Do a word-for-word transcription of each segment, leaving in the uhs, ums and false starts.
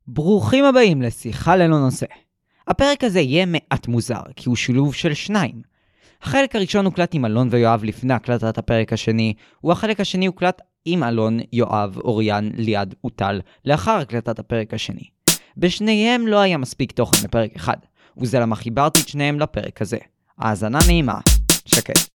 ברוכים הבאים לשיחה ללא נושא. הפרק הזה יהיה מעט מוזר, כי הוא שילוב של שניים. החלק הראשון הוקלט עם אלון ויואב לפני הקלטת הפרק השני, והחלק השני הוקלט עם אלון, יואב, אוריאן, ליעד וטל, לאחר הקלטת הפרק השני. בשניהם לא היה מספיק תוכן לפרק אחד, וזה למה חיברתי את שניהם לפרק הזה. האזנה נעימה. שקט.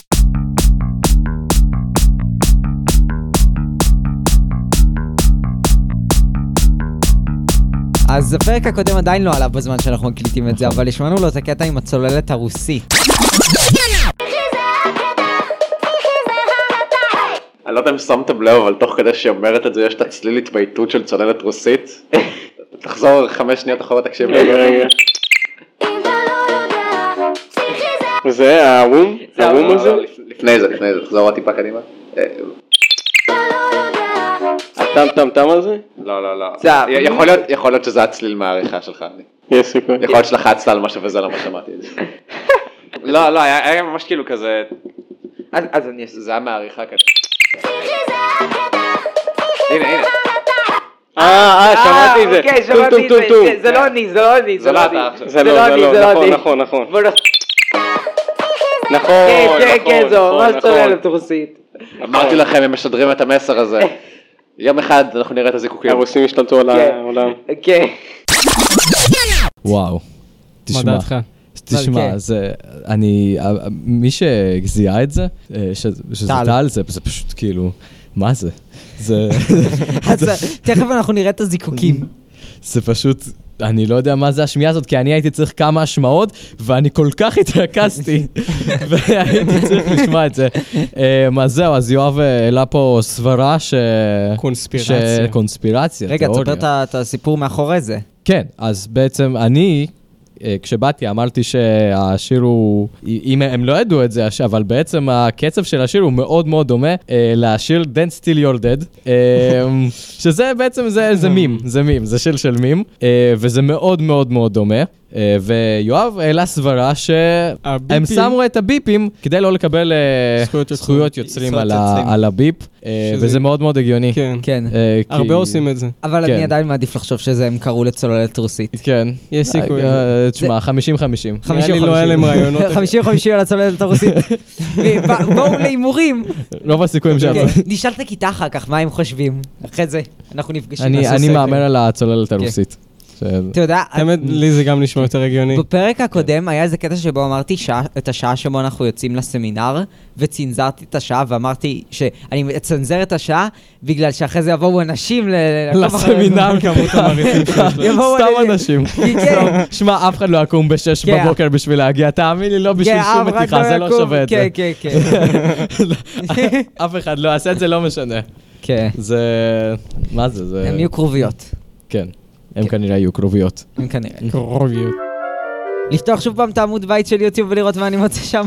אז הפרק הקודם עדיין לא עלה בזמן שאנחנו מקליטים את זה, אבל השמענו לו את הקטע עם הצוללת הרוסית. אני לא יודע אם שמתם לב, אבל תוך כדי שאומרת את זה, יש את הצליל התבייתות של צוללת רוסית. תחזור חמש שניות אחורה, תקשיב לי רגע. זה ההום? ההום הזה? לפני זה, לפני זה, תחזור טיפה קדימה. הטם טם טם הזה? לא, לא, לא. יכול להיות שזה הצליל מהעריכה שלך. יש סיכוי. יכול להיות שלחצת על משהו וזה לא מה שמעתי את זה. לא, לא, היה ממש כאילו כזה... אז אני... זה היה מהעריכה כזה. הנה, הנה. אה, אה, שמעתי את זה. אוקיי, שמעתי את זה. זה לא אני, זה לא אני. זה לא אתה עכשיו. זה לא, זה לא, נכון, נכון, נכון. נכון, כן, כן, זו ממש צוללת רוסית. אמרתי לכם, הם משדרים את המסר הזה. יום אחד אנחנו נראה את הזיקוקים. הרוסים השתלטו על העולם. כן. וואו. מה דעתך? תשמע, זה, אני, מי שזיהה את זה, שזה טל, זה פשוט כאילו, מה זה? זה... אז תכף אנחנו נראה את הזיקוקים. זה פשוט... אני לא יודע מה זה השמיעה הזאת, כי אני הייתי צריך כמה השמעות, ואני כל כך התרכזתי, והייתי צריך לשמוע את זה. אז זהו, אז יואב העלה פה סברה ש... קונספירציה. קונספירציה, רגע, תספר את הסיפור מאחורי זה. כן, אז בעצם אני... כשבאתי אמרתי שהשיר הוא, אם הם לא ידעו את זה, אבל בעצם הקצב של השיר הוא מאוד מאוד דומה לשיר Dance Till You're Dead, שזה בעצם זה מים, זה מים, זה שיר של מים, וזה מאוד מאוד מאוד דומה. ויואב העלה סברה שהם שמו את הביפים כדי לא לקבל זכויות יוצרים על הביפ, וזה מאוד מאוד הגיוני. כן, הרבה עושים את זה. אבל אני עדיין מעדיף לחשוב שזה הם קראו לצוללת רוסית. כן. יש סיכוי. תשמע, חמישים חמישים. נראה לי לא היה להם רעיונות. חמישים חמישים על הצוללת הרוסית. בואו להימורים. רוב הסיכויים שעצו. נשאל את הכיתה אחר כך מה הם חושבים. אחרי זה אנחנו נפגשים. אני מאמר על הצוללת הרוסית. אתה יודע, האמת, לי זה גם נשמע יותר הגיוני. בפרק הקודם היה איזה קטע שבו אמרתי את השעה שבו אנחנו יוצאים לסמינר, וצנזרתי את השעה ואמרתי שאני אצנזר את השעה, בגלל שאחרי זה יבואו אנשים לסמינר, כמות המריצים שלנו. סתם אנשים. שמע, אף אחד לא יקום בשש בבוקר בשביל להגיע, תאמין לי, לא בשביל שום מתיחה, זה לא שווה את זה. כן, כן, כן. אף אחד לא עשה את זה, לא משנה. כן. זה... מה זה? הם יהיו קרוביות. כן. הם כנראה יהיו קרוביות. הם כנראה. קרוביות. לפתוח שוב פעם את העמוד בית של יוטיוב ולראות מה אני מוצא שם.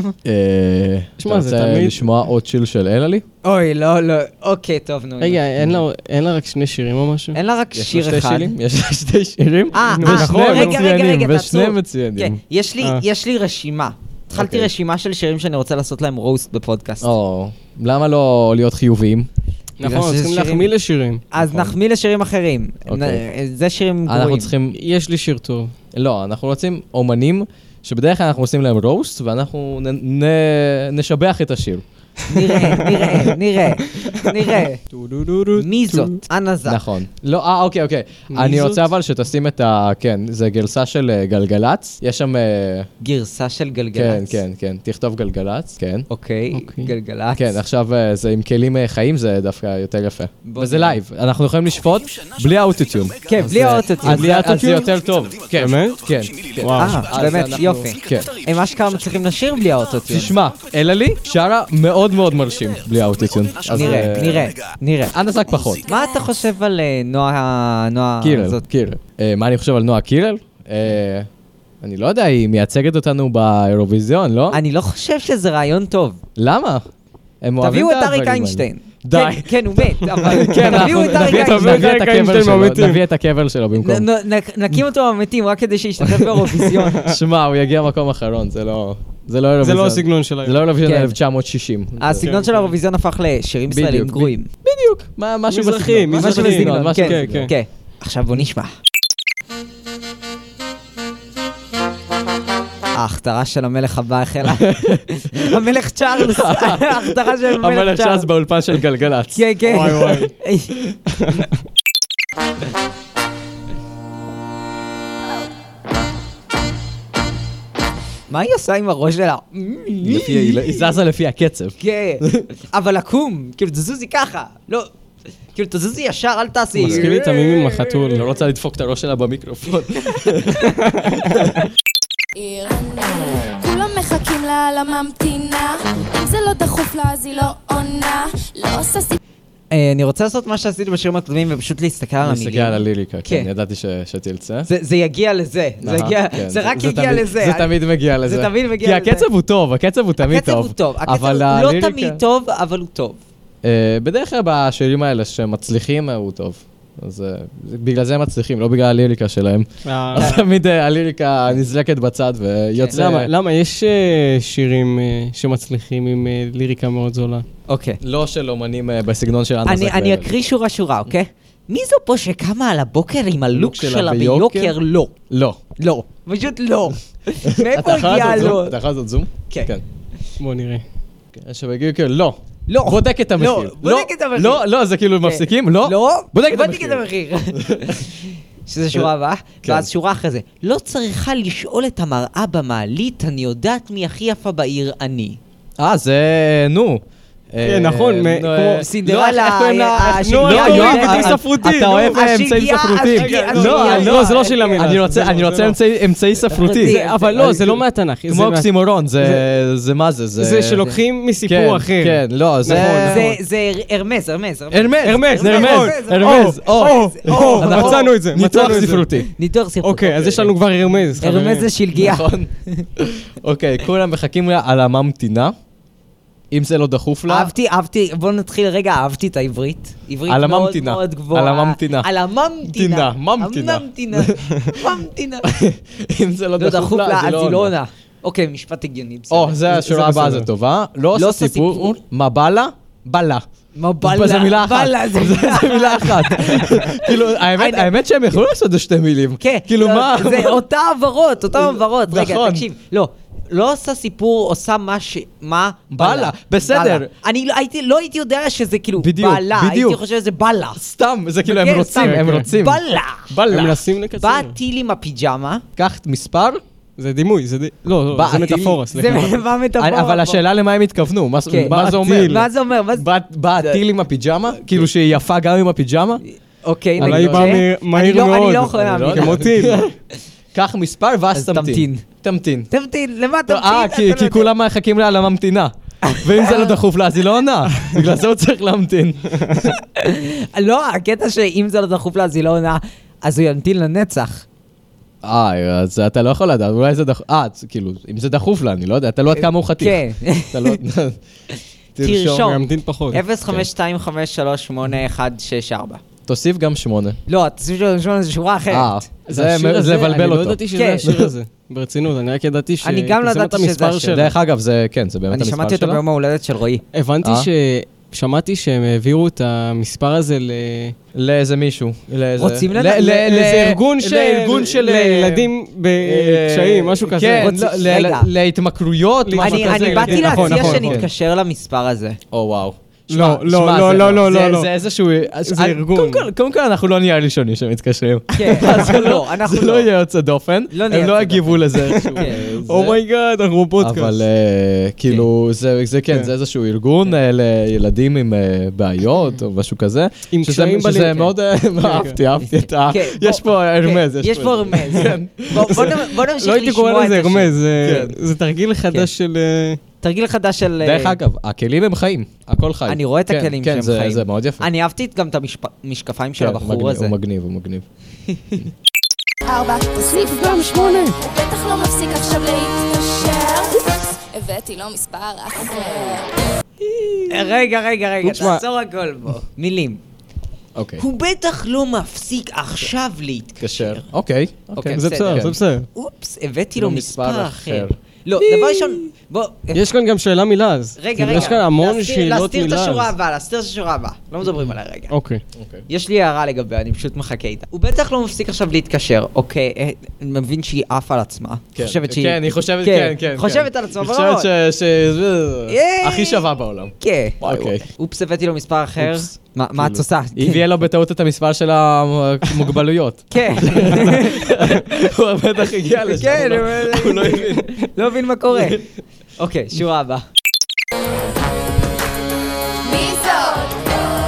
אתה רוצה לשמוע עוד שיר של אלעלי? אוי, לא, לא. אוקיי, טוב, נו. רגע, אין לה רק שני שירים או משהו? אין לה רק שיר אחד. יש לה שתי שירים? אה, רגע, רגע, רגע, תעצור. ושני מצוינים. יש לי רשימה. התחלתי רשימה של שירים שאני רוצה לעשות להם רוסט בפודקאסט. או, למה לא להיות חיוביים? נכון, צריכים להחמיא לשירים. אז נחמיא לשירים אחרים. זה שירים גרועים. אנחנו צריכים... יש לי שיר טוב. לא, אנחנו רוצים אומנים שבדרך כלל אנחנו עושים להם רוסט, ואנחנו נשבח את השיר. נראה, נראה, נראה, נראה. מי זאת? אנזה. נכון. לא, אה, אוקיי, אוקיי. אני רוצה אבל שתשים את ה... כן, זה גרסה של גלגלץ. יש שם... גרסה של גלגלץ. כן, כן, כן. תכתוב גלגלץ, כן. אוקיי, גלגלץ. כן, עכשיו זה עם כלים חיים, זה דווקא יותר יפה. וזה לייב. אנחנו יכולים לשפוט בלי האוטוטיון. כן, בלי האוטוטיון. אז זה יותר טוב. כן, כן. אה, באמת, יופי. הם אשכרה מצליחים לשיר בלי האוטוטיון. תשמע, אלעלי שרה מאוד מאוד מרשים בלי האוטוטיון. נראה, נראה, נראה. אנסק פחות. מה אתה חושב על נועה, נועה קירל, קירל. מה אני חושב על נועה קירל? אני לא יודע, היא מייצגת אותנו באירוויזיון, לא? אני לא חושב שזה רעיון טוב. למה? הם אוהבים תביאו את אריק איינשטיין. די. כן, הוא מת, אבל תביאו את אריק איינשטיין. נביא את הקבר שלו במקום. נקים אותו במתים רק כדי שישתתף באירוויזיון. שמע, הוא יגיע מקום אחרון, זה לא... זה לא זה לא הסגנון של זה לא אירוויזיון אלף תשע מאות שישים. הסגנון של האירוויזיון הפך לשירים ישראלים גרועים. בדיוק. משהו מזרחי, משהו בסגנון. כן, כן. עכשיו בוא נשמע. ההכתרה של המלך הבא החלה. המלך צ'ארלס, ההכתרה של המלך צ'ארלס. המלך צ'ארלס באולפן של גלגלצ. כן, כן. וואי וואי. מה היא עושה עם הראש שלה? היא זזה לפי הקצב. כן, אבל לקום, כאילו תזוזי ככה, לא, כאילו תזוזי ישר, אל תעשי. מזכיר לי תמים עם החתול. לא רוצה לדפוק את הראש שלה במיקרופון. כולם מחכים לה לממתינה, אם זה לא דחוף לה אז היא לא עונה, לא עושה סיפור. אני רוצה לעשות מה שעשיתי בשירים הקודמים ופשוט להסתכל על המילים. להסתכל על הליריקה, כן, כן. ידעתי ש- שתרצה. זה זה יגיע לזה, זה אהה, יגיע- כן, זה רק זה יגיע תמיד- לזה. זה תמיד מגיע לזה. זה תמיד מגיע כי לזה. הקצב הוא טוב, הקצב הוא תמיד הקצב טוב. הוא טוב, הקצב אבל הוא לא הליריקה- תמיד טוב, אבל הוא טוב. אה, בדרך כלל בשירים האלה שמצליחים אה, הוא טוב. אז אה, בגלל זה הם מצליחים, לא בגלל הליריקה שלהם. אה, אז תמיד אה, הליריקה נזלקת בצד ויוצא... למה? למה? יש אה, שירים אה, שמצליחים עם אה, ליריקה מאוד זולה. אוקיי. לא של אומנים אה, בסגנון של אנה אני זק. אני אקריא שורה שורה, אוקיי? מי זו פה שקמה על הבוקר עם הלוק שלה שלה ביוקר? ביוקר? לא. לא. לא. פשוט לא. מאיפה אתה יכול הגיע לעשות לו? זום? אתה יכול לעשות זום? כן. כן. בוא נראה. כן, שבגיל כאילו, לא. לא. בודק את המחיר. לא, בודק את המחיר. לא, לא, זה כאילו מפסיקים, לא. לא. בודק את בודק המחיר. את המחיר. שזה שורה הבאה. כן. ואז שורה אחרי זה. לא צריכה לשאול את המראה במעלית, אני יודעת מי הכי יפה בעיר אני. אה, זה, נו. כן, נכון, אה, מ- נו, כמו אה, סינדרלה, לא, איך קוראים לה? ה- איך- נו, לא, השגיאה, יואב, השגיאה, אתה- ספרותי, אתה נו. אוהב אה, אמצעים השגיאה, ספרותיים. השגיאה, לא, השגיאה. אני לא, זה לא של המילה. אני רוצה, זה אני לא, רוצה זה לא. אמצעי- אמצעי ספרותי. זה- אבל לא, זה לא מהתנ"ך. זה כמו מה- אוקסימורון, זה, זה מה זה? זה שלוקחים כן, מסיפור אחר. כן, לא, זה... נכון, זה- זה הרמז, הרמז. הרמז, הרמז, זה הרמז, נכון. הרמז, או, או, או, אנחנו- מצאנו את זה, ניתוח מצאנו את זה. ספרותי. ניתוח ספרות. אוקיי, אז יש לנו כבר הרמז. חברים. הרמז זה שלגיה. נכון. אוקיי, כולם מחכים לה על הממתינה. אם זה לא דחוף לה. אהבתי, אהבתי, בוא נתחיל רגע, אהבתי את העברית. עברית על מאוד הממתינה. מאוד גבוהה. על הממתינה. על הממתינה. ממתינה. הממתינה. ממתינה. אם זה לא לא דחוף לה, אז היא לא עונה. עונה. אוקיי, משפט הגיוני. בסדר. או, זה השורה הבאה, בסדר. זה טובה. לא לא עושה עושה סיפור. סיפור. מה בא לה? בא לה. מה בלה? זה מילה אחת. בלה, זה זה מילה אחת. כאילו, האמת- אני- האמת שהם יכלו לעשות את זה שתי מילים. כן. כאילו, לא, מה? זה אותה עברות, אותה עברות. רגע, נכון. תקשיב. לא. לא עושה סיפור, עושה מה ש... מה? בא לה, בסדר. בא לה. אני לא הייתי- לא הייתי יודע שזה כאילו בדיוק, בלה. בדיוק. הייתי חושב שזה בלה. סתם, זה כאילו, הם כן, רוצים, סתם. הם רוצים. בלה. בא הם לה. מנסים לקצר. בא טיל עם הפיג'מה. קח מספר, זה דימוי, זה די... לא, לא, בא, זה הטיל- מטאפורה, זה סליחה. מה מטאפורה. אבל פה. השאלה למה הם התכוונו, מה כן. מה זה אומר? הטיל. מה זה אומר? מה זה... בא- בא הטיל עם הפיג'מה? כאילו שהיא יפה גם עם הפיג'מה? אוקיי, אבל נגיד היא באה זה. מ- מהיר אני לא- מאוד. אני לא יכול אני לא להאמין. יודע. כמו טיל. קח מספר ואז אז תמתין. תמתין. תמתין. תמתין, למה תמתין? אה, אתה כי לא כי יודע. כולם מחכים לה על הממתינה. ואם זה לא דחוף לה, אז היא לא עונה. בגלל זה הוא צריך להמתין. לא, הקטע שאם זה לא דחוף לה, אז היא לא עונה, אז הוא ימתין לנצח. אה, אז אתה לא יכול לדעת, אולי זה דחוף... אה, זה כאילו, אם זה דחוף לה, אני לא יודע, אתה לא יודע כמה הוא חתיך. כן. אתה לא... תרשום. הוא ימתין פחות. אפס חמש שתיים חמש שלוש שמונה אחת שש ארבע. תוסיף גם שמונה. לא, תוסיף שלו לשמונה זה שורה אה, אחרת. זה השיר זה הזה, לבלבל אני לא אותו. ידעתי שזה כן. השיר הזה. ברצינות, אני רק ידעתי ש... אני גם לא פרסם את ידעתי שזה המספר השיר. שלה. דרך אגב, זה, כן, זה באמת אני המספר שמעתי אותו שלה. ביום ההולדת של רועי. הבנתי אה? ש... שמעתי שהם העבירו את המספר הזה ל... לאיזה מישהו. לאיזה- רוצים ל- לנ- ל- לאיזה ל- ארגון של... לארגון של... לילדים בקשיים, משהו כזה. כן, רוצים- לא, ל- רגע. ל- להתמכרויות, משהו אני כזה. אני באתי נכון, להציע נכון, שנתקשר למספר הזה. או וואו. לא, שמע, לא, שמע, לא, זה- לא, לא, זה- לא, לא. זה איזשהו... זה אני- ארגון. קודם כל- קודם כל אנחנו לא נהיה הראשונים שמתקשרים. כן, אז זה לא, אנחנו זה לא. לא יהיה יוצא דופן. לא נהיה הם לא יוצא יגיבו לזה איזשהו... כן. אה, זה. אומייגאד, אנחנו בפודקאסט. אבל אה, כאילו, זה זה כן, כן. זה איזשהו ארגון אה, לילדים עם אה, בעיות או משהו כזה. עם שזה- קשיים שזה בלב. מאוד... אה, אהבתי, אהבתי את ה... כן, יש בוא- פה הרמז. כן, יש פה הרמז. בוא- בוא נ- בוא נמשיך לא הייתי לשמוע קורא את לזה השיר. הרמז, זה- כן. זה תרגיל חדש של... אה, תרגיל חדש של... דרך אגב, הכלים הם חיים, הכל חי. אני רואה את כן, הכלים כן, שהם זה- חיים. זה מאוד יפה. אני אהבתי גם את המשקפיים של כן, הבחור מגניב, הזה. הוא מגניב, הוא מגניב. ארבע, תוסיף גם שמונה. הוא בטח לא מפסיק עכשיו להתקשר. הבאתי לו מספר אחר. רגע, רגע, רגע, תשמע. תעצור הכל בו. מילים. אוקיי. הוא בטח לא מפסיק עכשיו להתקשר. קשר. אוקיי. אוקיי, זה בסדר. בסדר, זה בסדר. אופס, הבאתי לו לו מספר מספר אחר. אחר. לא, דבר ראשון, בוא... יש כאן גם שאלה מלעז. רגע, רגע. יש כאן המון להסתיר- שאלות להסתיר את מלעז. השורה הבאה, להסתיר את השורה הבאה. לא מדברים עליה רגע. אוקיי. יש לי הערה לגביה, אני פשוט מחכה איתה. הוא בטח לא מפסיק עכשיו להתקשר, אוקיי, אה, אני מבין שהיא עפה על עצמה. כן, חושבת שהיא... כן, היא חושבת, כן, כן. חושבת כן. על עצמה, היא ברור. חושבת ש... ש- ייי. הכי שווה בעולם. כן. אוקיי. אופס, הבאתי לו מספר אחר. אופס. מה מה את עושה? היא הביאה לו בטעות את המספר של המוגבלויות. כן. הוא בטח הגיע לשם. כן, הוא לא- הוא לא הבין. לא מבין מה קורה. אוקיי, שורה הבאה. מי זאת?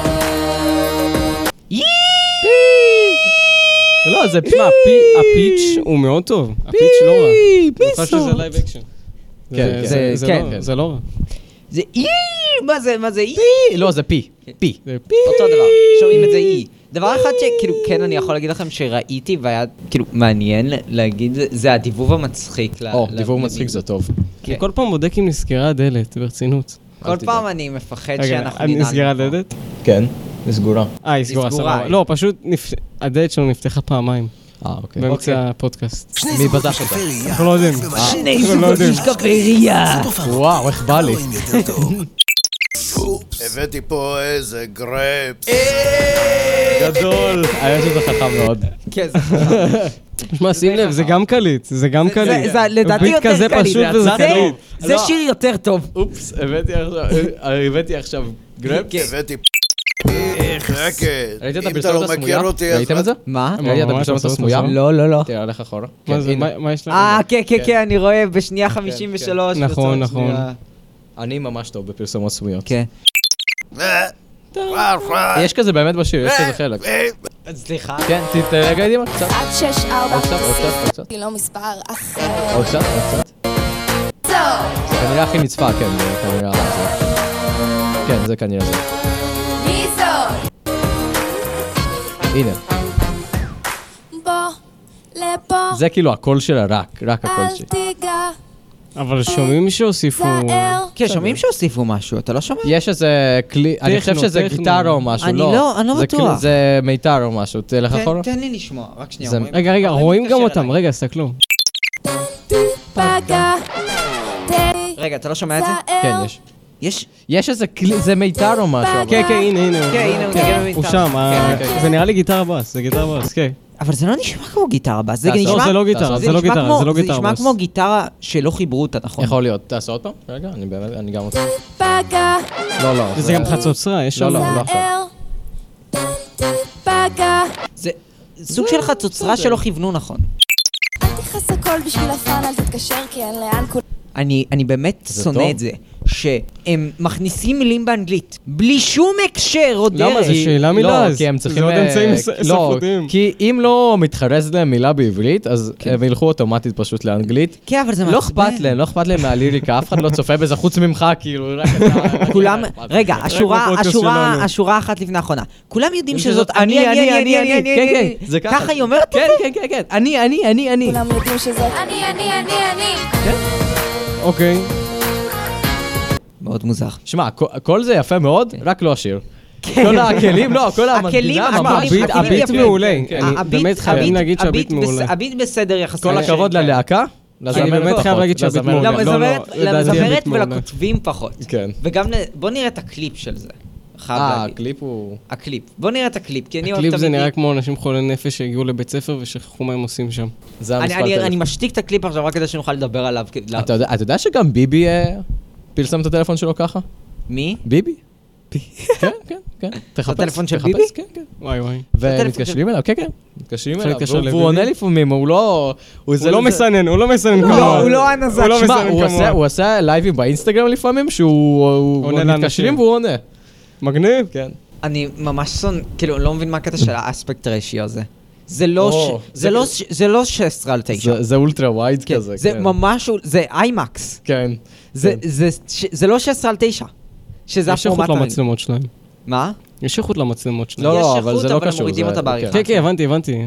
לא, זה פי. תשמע, הפיץ' הוא מאוד טוב. הפיץ' לא רע. אני חושב שזה לייב אקשן. כן, זה- זה כן. לא- זה לא רע. זה אי! מה זה? מה זה אי? לא, זה פי. פי. זה פי. אותו דבר, שומעים את זה אי. דבר אחד שכאילו, כן, אני יכול להגיד לכם שראיתי והיה כאילו מעניין להגיד, זה הדיבוב המצחיק. ל- או, ל- דיבור לדיבור. מצחיק זה טוב. כן. כל פעם בודק אם נסגרה הדלת, ברצינות. כל תדאג. פעם אני מפחד רגע, שאנחנו אני ננעל נסגרה פה. הדלת? כן, היא סגורה. אה, היא סגורה, סגורה, סבבה. היא. לא, פשוט נפ- הדלת שלנו נפתחה פעמיים, אה, אוקיי. באמצע הפודקאסט. מי פתח אותה? אנחנו לא יודעים. שני אנחנו לא יודעים. זוגות קפריה. וואו, איך בא לי. הבאתי פה איזה גרפס. גדול. היה שזה חכם מאוד. כן, זה חכם. תשמע, שים לב, זה גם קליט, זה גם זה- קליט. זה לדעתי ביט יותר כזה קליט. פשוט וזה זה- קליט. זה לא. שיר יותר טוב. אופס, הבאתי עכשיו, הבאתי עכשיו גרפס. כן. הבאתי שקט. ראית את אם אתה הפרסומת לא מכיר הסמויה? אותי, אז... ראיתם את זה? מה? מה, ראית את מה, הפרסומת הפרסומת הסמויה? הסמויה? לא, לא, לא. תראה, הלך אחורה. מה כן, זה, הנה. מה- מה יש לה? אה, כן, כן, כן. כן, אני רואה בשנייה חמישים ושלוש. נכון, בצד נכון. שנייה. אני ממש טוב בפרסומות סמויות. כן. יש כזה באמת בשיר, יש כזה חלק. סליחה. כן, תתרגע איתי קצת. עד שש ארבע עוד קצת, עוד קצת, עוד קצת. היא לא מספר אחר. עוד קצת, עוד קצת. זאת. זה כנראה הכי נצפה, כן, זה כנראה זה. כן, זה כנראה זה. מי זאת? הנה, בוא לפה. זה כאילו הקול שלה רק, רק הקול אל שלי. תיגע. אבל שומעים שהוסיפו... זהר. כן, שומעים שהוסיפו משהו, אתה לא שומע? יש איזה כלי, אני חושב שזה טכנו. גיטרה או משהו, אני לא. לא- אני לא זה בטוח. כלי- זה מיתר או משהו, תלך תן- אחורה. תן לי לשמוע, רק שנייה. זה- אומרים- רגע, רגע, אומרים רואים גם להתקשר אותם, אליי. רגע, סתכלו. פגע. רגע, אתה לא שומע את זה? זהר. כן, יש. יש... יש איזה כלי, זה מיתר או משהו. אבל- כן, כן, הנה, הנה. הוא- כן, הנה, הוא כן, ניגן הוא במיתר. שם, כן, אה, כן, זה נראה לי גיטרה בס, זה גיטרה בס, כן. אבל זה לא נשמע כמו גיטרה בס, זה לא, נשמע... זה לא גיטרה, זה זה לא נשמע גיטרה, כמו- זה לא גיטרה זה נשמע בס. כמו גיטרה שלא חיברו אותה, נכון? יכול להיות. תעשה עוד פעם? רגע, אני באמת, אני גם רוצה. פגע. לא, לא. וזה גם חצוצרה, יש שם... לא, לא, לא עכשיו. זהר. פגע. זה סוג של חצוצרה שלא כיוונו נכון. אל תכעס הכל בשביל הפאן, אל תתקשר כי אין לאן כל... אני, אני באמת זה שונא טוב. את זה, שהם מכניסים מילים באנגלית, בלי שום הקשר או דרך. למה? זה כי- שאלה לא, מלעז. כי הם זה צריכים... עוד אה, אמצעים ס- לא, ספרותיים. כי אם לא מתחרז להם מילה בעברית, אז כן. הם ילכו אוטומטית פשוט לאנגלית. כן, אבל זה לא אכפת להם, לא אכפת להם מהליריקה, אף אחד לא צופה בזה חוץ ממך, כאילו, רק אתה... כולם, רגע, השורה, בפודקאסט השורה, שלנו. השורה אחת לפני האחרונה. כולם יודעים שזאת שזאת אני, אני, אני, אני, אני, כן, אני. כן, זה ככה. ככה היא אומרת את כן, זה? כן, כן, כן, אני, אני, אני, אני. כולם יודעים שזאת אני, אני, אני, אני. אוקיי. מאוד מוזר. שמע, כל- כל זה יפה מאוד, רק לא השיר. כל הכלים, לא, כל הכלים, המנגינה ממש. הכלים, הביט- הכלים הביט יפים. מעולה. כן, אני הביט- באמת חייבים הביט- להגיד שהביט הביט בס- מעולה. הביט בסדר יחסית. כל הכבוד ללהקה. אני לזמרת באמת חייב פחות, להגיד שהביט לזמרת. מעולה. לא, למזמרת לא, לדעתי למזמרת הביט מעולה. ולכותבים פחות. כן. וגם, ל- בוא נראה את הקליפ של זה. חייב אה, להגיד. הקליפ הוא... הקליפ. בוא נראה את הקליפ, כי אני אוהב הקליפ זה תמיד... נראה כמו אנשים חולי נפש שהגיעו לבית ספר ושכחו מה הם עושים שם. זה אני- המספר אני- טלפון. אני משתיק את הקליפ עכשיו רק כדי שנוכל לדבר עליו. כי- לא. אתה יודע- אתה יודע שגם ביבי אה, פרסם את הטלפון שלו ככה? מי? ביבי? כן, כן, כן. תחפש. הטלפון של תחפש, ביבי? כן, כן. וואי וואי. ומתקשרים אליו, כן, כן. מתקשרים אפשר אליו. להתקשר והוא- לביבי? והוא עונה לפעמים, הוא לא... הוא לא מסנן, הוא לא מסנן כמוהו. לא, הוא לא הנזק. הוא לא שמע, מסנן הוא עושה- כמוהו. הוא עושה לייבים באינסטגרם לפעמים, שהוא... הוא- עונה הוא לאנשים. מתקשרים והוא עונה. מגניב. כן. אני ממש שונא, כאילו, לא מבין מה הקטע של האספקט רשיו הזה. זה לא או, ש- זה זה לא כזה- ש- זה לא שש עשרה על תשע. זה- זה אולטרה וייד כן, כזה, זה כן. ממש, זה איימקס. כן. זה- כן. זה- ש- זה לא שש עשרה על תשע. שזה יש איכות הפורמט. הרגיל. למצלמות שלהם. מה? יש איכות למצלמות שלהם. לא, יש לא, אבל איכות, זה לא אבל הם קשור. מורידים זה- אותה בעריכה. כן, כן, הבנתי, הבנתי.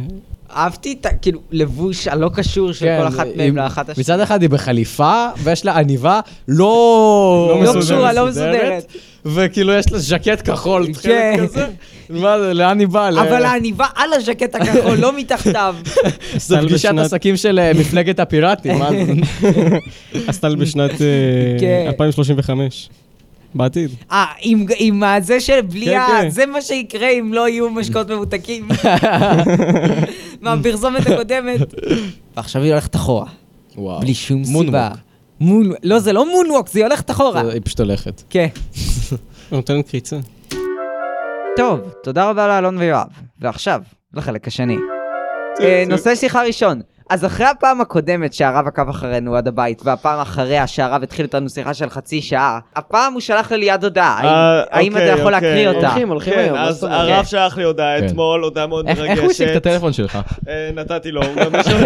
אהבתי את כאילו לבוש הלא קשור של כל אחת מהם לאחת השנייה. מצד אחד היא בחליפה, ויש לה עניבה לא... לא קשורה, לא מסודרת. וכאילו יש לה ז'קט כחול, תחילת כזה. מה זה, לאן היא באה? אבל העניבה על הז'קט הכחול, לא מתחתיו. זו פגישת עסקים של מפלגת הפיראטים, מה זה? הסטל בשנת אלפיים שלושים וחמש. בעתיד. אה, עם זה של בלי ה... זה מה שיקרה אם לא יהיו משקות ממותקים. מהפרסומת הקודמת. ועכשיו היא הולכת אחורה. וואו. בלי שום סיבה. לא, זה לא מונווק, זה הולכת אחורה. היא פשוט הולכת. כן. נותנת קריצה. טוב, תודה רבה לאלון ויואב. ועכשיו, לחלק השני. נושא שיחה ראשון. אז אחרי הפעם הקודמת שהרב עקב אחרינו עד הבית, והפעם אחריה שהרב התחיל איתנו שיחה של חצי שעה, הפעם הוא שלח לי ליד הודעה. האם אתה יכול להקריא אותה? הולכים, הולכים היום. אז הרב שלח לי הודעה אתמול, הודעה מאוד מרגשת. איך הוא השיג את הטלפון שלך? נתתי לו, הוא גם משהו...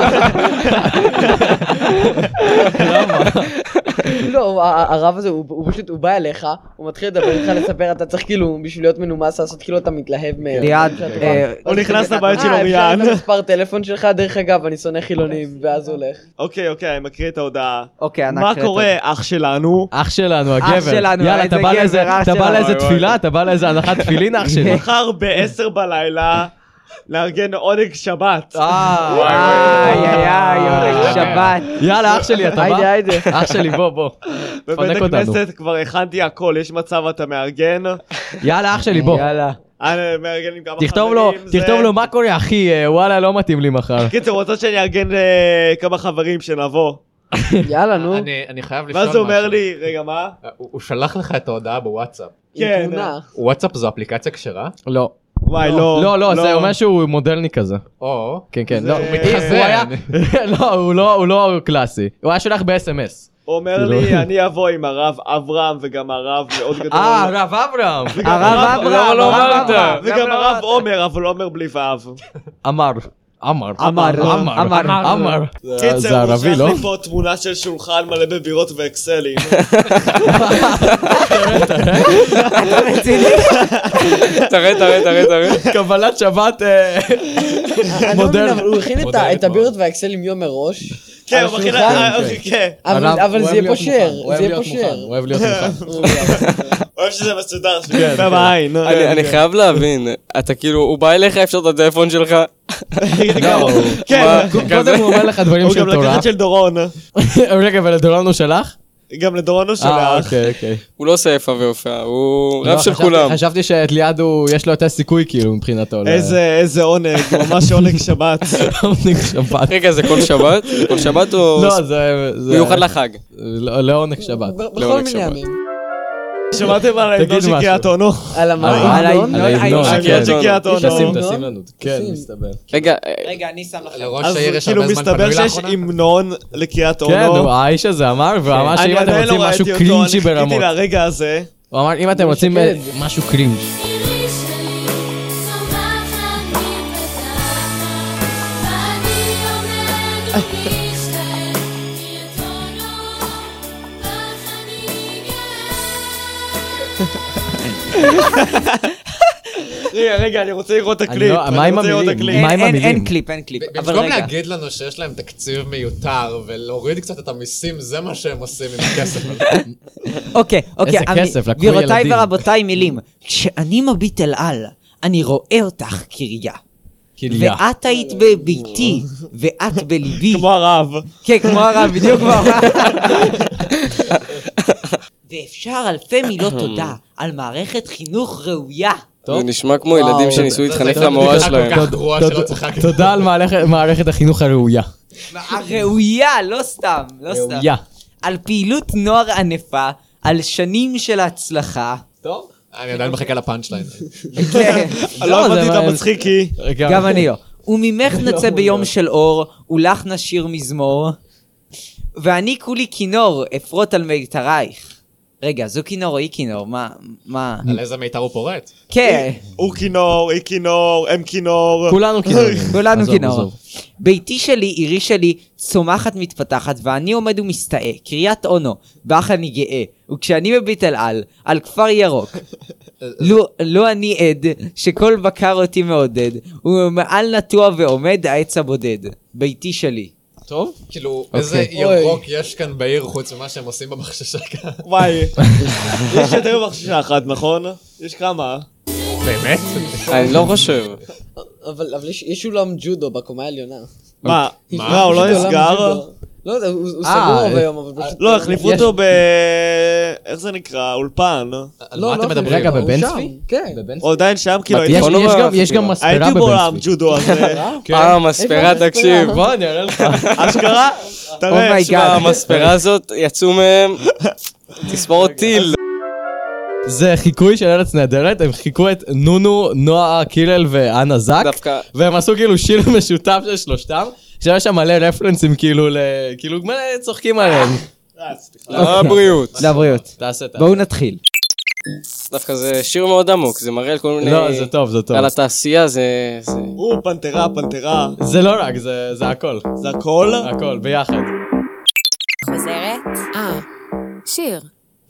למה? לא, הרב הזה, הוא פשוט, הוא בא אליך, הוא מתחיל לדבר איתך לספר, אתה צריך כאילו, בשביל להיות מנומס, לעשות כאילו אתה מתלהב מהם. ליד... הוא נכנס לבית של אוריאן. אה, אפשר את המספר טלפון שלך, דרך אגב, אני שונא חילונים, ואז הוא הולך. אוקיי, אוקיי, אני מקריא את ההודעה. אוקיי, מה קורה, אח שלנו? אח שלנו, הגבר. אח שלנו, יאללה, איזה אתה בא גבר, לאיזה- אח אתה בא שלנו. לאיזה תפילה, אתה בא לאיזה הנחת תפילין, אח שלי. מחר בעשר בלילה, לארגן עונג שבת. איי, איי, איי, עונג שבת. יאללה, אח שלי, אתה בא? היידה, היידה. אח שלי, בוא, בוא. בבית פנק אותנו. הכנסת כבר הכנתי הכל, יש מצב אתה מארגן. יאללה, אח שלי, בוא. יאללה. אני מארגן עם כמה חברים. תכתוב לו, זה- תכתוב לו, מה קורה, אחי? אה, וואלה, לא מתאים לי מחר. קיצור, רוצה שאני ארגן אה, כמה חברים שנבוא. יאללה, נו. אני, אני חייב לשאול ואז משהו. הוא אומר לי, רגע, מה? הוא, הוא שלח לך את ההודעה בוואטסאפ. כן. עם תמונה. וואטסאפ זו אפליקציה כשרה? לא. וואי, לא. לא, לא, זה אומר שהוא מודלני כזה. או, כן, כן. זה- לא, הוא מתחזן. הוא היה- לא, הוא לא, הוא לא קלאסי. הוא היה שולח ב-אס אם אס. הוא אומר לי, אני אבוא עם הרב אברהם וגם הרב מאוד גדול. אה, הרב אברהם. וגם הרב אברהם, לא הרב אמרת? אברהם. וגם הרב עומר, אבל עומר בלי ואב. אמר. אמר. אמר, אמר, אמר. אמר. קיצר, זה הוא ערבי, שלח לא? לי פה תמונה של שולחן מלא בבירות ואקסלים. תראה, תראה, תראה, תראה. קבלת שבת אה, אני לא מבין, מודרנית. אבל הוא הכין את ה- מודרנית את הבירות והאקסלים יום מראש. כן, על הוא מכין... השולחן. כן. אבל הרב, אבל הוא זה אוהב יהיה להיות פושר, מוכן, הוא זה אוהב יהיה להיות פושר. מוכן, הוא אוהב להיות מוכן. אוהב שזה מסודר, שזה בעין. אני אני חייב להבין, אתה כאילו, הוא בא אליך, אפשר את הטלפון שלך? לא, כן. קודם הוא אומר לך דברים הוא של גם לקח תורה. את של דורון. רגע, ולדורון הוא שלח? גם לדורון הוא אה, שלח. אוקיי, אוקיי. הוא לא עושה איפה ואופה, הוא לא, רב של חשבתי- כולם. חשבתי שאת ליד הוא, יש לו יותר סיכוי כאילו מבחינתו. איזה איזה עונג, ממש עונג שבת. עונג שבת. רגע, זה כל שבת? כל שבת או לא, זה... זה- מיוחד לחג? לא, לעונג שבת. בכל לעונג מיני שבת. ימים. שמעתם על ההמנון תגיד של משהו. קריית אונו? על המה? על ההמנון? ההמנון. על ההמנון, ההמנון כן. של קריית יש אונו. תשים, המנון? תשים לנו. כן, תשים. מסתבר. רגע, רגע, אני שם לך. לראש אז העיר יש כאילו הרבה זמן מסתבר פנוי שיש לאחרונה? המנון לקריית כן, אונו. נו, האיש הזה אמר, ואמר שאם אני אתם עדיין לא רוצים משהו ראיתי אותו, קרינג'י אני ברמות. חיכיתי לרגע הזה. הוא אמר, אם אתם רוצים שקד. משהו קרינג'. רגע, רגע, אני רוצה לראות את אני הקליפ. לא- מה אני עם רוצה לראות את המילים? הקליפ. מה עם אין- אין- המילים? אין קליפ, אין קליפ. אבל במקום רגע. להגיד לנו שיש להם תקציב מיותר ולהוריד קצת את המיסים, זה מה שהם עושים עם הכסף הזה. אוקיי, אוקיי. איזה המ- כסף, לקחו גבירותיי ילדים. ורבותיי מילים. כשאני מביט אל על, אני רואה אותך קריה. כליה. ואת היית בביתי, ואת בליבי. כמו הרב. כן, כמו הרב, בדיוק כמו הרב. ואפשר אלפי מילות תודה על מערכת חינוך ראויה. זה נשמע כמו ילדים שניסו להתחנך זה- זה למורה בדיחה שלהם. כל כך גרועה שלא צריך להגיד. תודה על מערכת- מערכת החינוך הראויה. הראויה, לא סתם, לא סתם. ראויה. על פעילות נוער ענפה, על שנים של הצלחה. טוב, אני עדיין מחכה לפאנץ' ליין. כן, אני לא זה הבנתי את מה- המצחיקי. גם אני לא. וממך נצא ביום של אור, ולך נשיר מזמור, ואני כולי כינור, אפרוט על מיתרייך. רגע, זו כינור או אי כינור? מה, מה? על איזה מיתר הוא פורט? כן. הוא כינור, אי כינור, הם כינור. כולנו כינורים. כולנו עזוב, כינור. עזוב. ביתי שלי, עירי שלי, צומחת מתפתחת, ואני עומד ומסתאה, קריית אונו, באח אני גאה, וכשאני מביט על על, על כפר ירוק. לא, לא אני עד, שכל בקר אותי מעודד, ומעל נטוע ועומד העץ הבודד. ביתי שלי. טוב? כאילו, איזה ירוק יש כאן בעיר חוץ ממה שהם עושים במחששה כאן? וואי, יש יותר מחששה אחת, נכון? יש כמה. באמת? אני לא חושב. אבל יש אולם ג'ודו בקומה העליונה. מה? מה, הוא לא נסגר? לא יודע, הוא סגור היום, אבל פשוט... לא, החליפו אותו ב... איך זה נקרא? אולפן. על מה אתם מדברים? רגע, בבן צבי? כן. הוא עדיין שם, כאילו... יש גם מספרה בבן צבי. הייתי בעולם ג'ודו הזה. אה, מספרה, תקשיב. בוא, אני אראה לך. אשכרה? תראה. תשמע, המספרה הזאת, יצאו מהם... תספור טיל. זה חיקוי של ארץ נהדרת, הם חיקו את נונו, נועה קילל ואנה זק, דווקא... והם עשו כאילו שיר משותף של שלושתם, שיש שם מלא רפרנסים כאילו ל... כאילו מלא צוחקים עליהם. לבריאות. לבריאות. תעשה את זה. בואו נתחיל. דווקא זה שיר מאוד עמוק, זה מראה על כל מיני... לא, זה טוב, זה טוב. על התעשייה זה... הוא, פנתרה, פנתרה. זה לא רק, זה הכל. זה הכל? הכל, ביחד. חוזרת? אה, שיר.